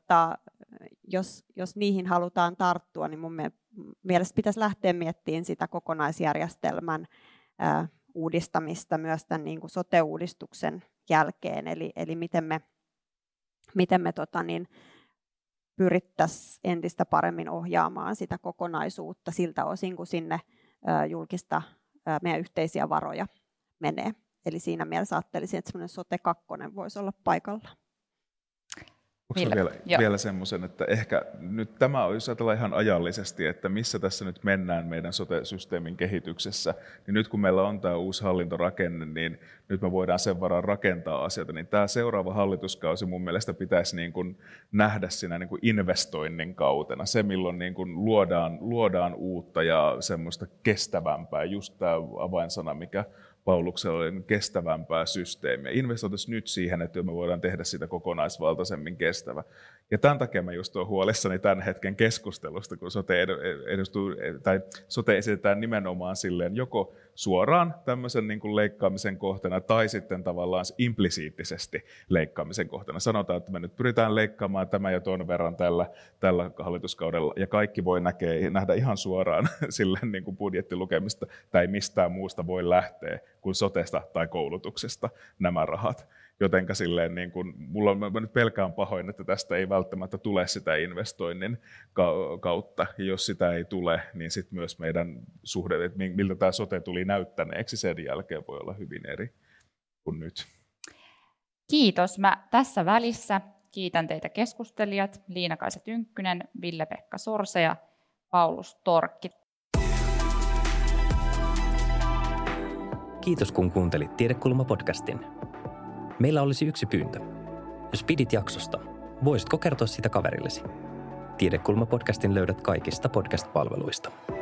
jos niihin halutaan tarttua, niin mun mielestä pitäisi lähteä miettimään sitä kokonaisjärjestelmän uudistamista myös tämän niin kuin sote-uudistuksen jälkeen, eli miten me pyrittäisiin entistä paremmin ohjaamaan sitä kokonaisuutta siltä osin, kun sinne julkista meidän yhteisiä varoja menee. Eli siinä mielessä ajattelisin, että semmoinen sote 2 voisi olla paikallaan. Onko vielä semmoisen, että ehkä nyt tämä olisi ajatella ihan ajallisesti, että missä tässä nyt mennään meidän sote-systeemin kehityksessä, niin nyt kun meillä on tämä uusi hallintorakenne, niin nyt me voidaan sen varaan rakentaa asioita, niin tämä seuraava hallituskausi mun mielestä pitäisi niin kuin nähdä siinä niin kuin investoinnin kautena, se milloin niin kuin luodaan uutta ja semmoista kestävämpää, just tämä avainsana, mikä Pauluksella oli kestävämpää systeemiä. Investoitaisiin nyt siihen, että me voidaan tehdä sitä kokonaisvaltaisemmin kestävä. Ja tämän takia mä just olen huolissani tämän hetken keskustelusta, kun sote esitetään nimenomaan silleen joko suoraan tämmöisen niin kuin leikkaamisen kohteena tai sitten tavallaan implisiittisesti leikkaamisen kohteena. Sanotaan, että me nyt pyritään leikkaamaan tämän ja tuon verran tällä hallituskaudella ja kaikki voi nähdä ihan suoraan silleen niin kuin budjettilukemista tai mistään muusta voi lähteä kuin sotesta tai koulutuksesta nämä rahat. Jotenka silleen niin kuin, mä nyt pelkään pahoin, että tästä ei välttämättä tule sitä investoinnin kautta. Ja jos sitä ei tule, niin sitten myös meidän suhde, että miltä tämä sote tuli näyttäneeksi sen jälkeen voi olla hyvin eri kuin nyt. Kiitos. Mä tässä välissä kiitän teitä keskustelijat, Liina-Kaisa Tynkkynen, Ville-Pekka Sorsa ja Paulus Torkki. Kiitos kun kuuntelit Tiedekulma-podcastin. Meillä olisi yksi pyyntö. Jos pidit jaksosta, voisitko kertoa sitä kaverillesi? Tiedekulma-podcastin löydät kaikista podcast-palveluista.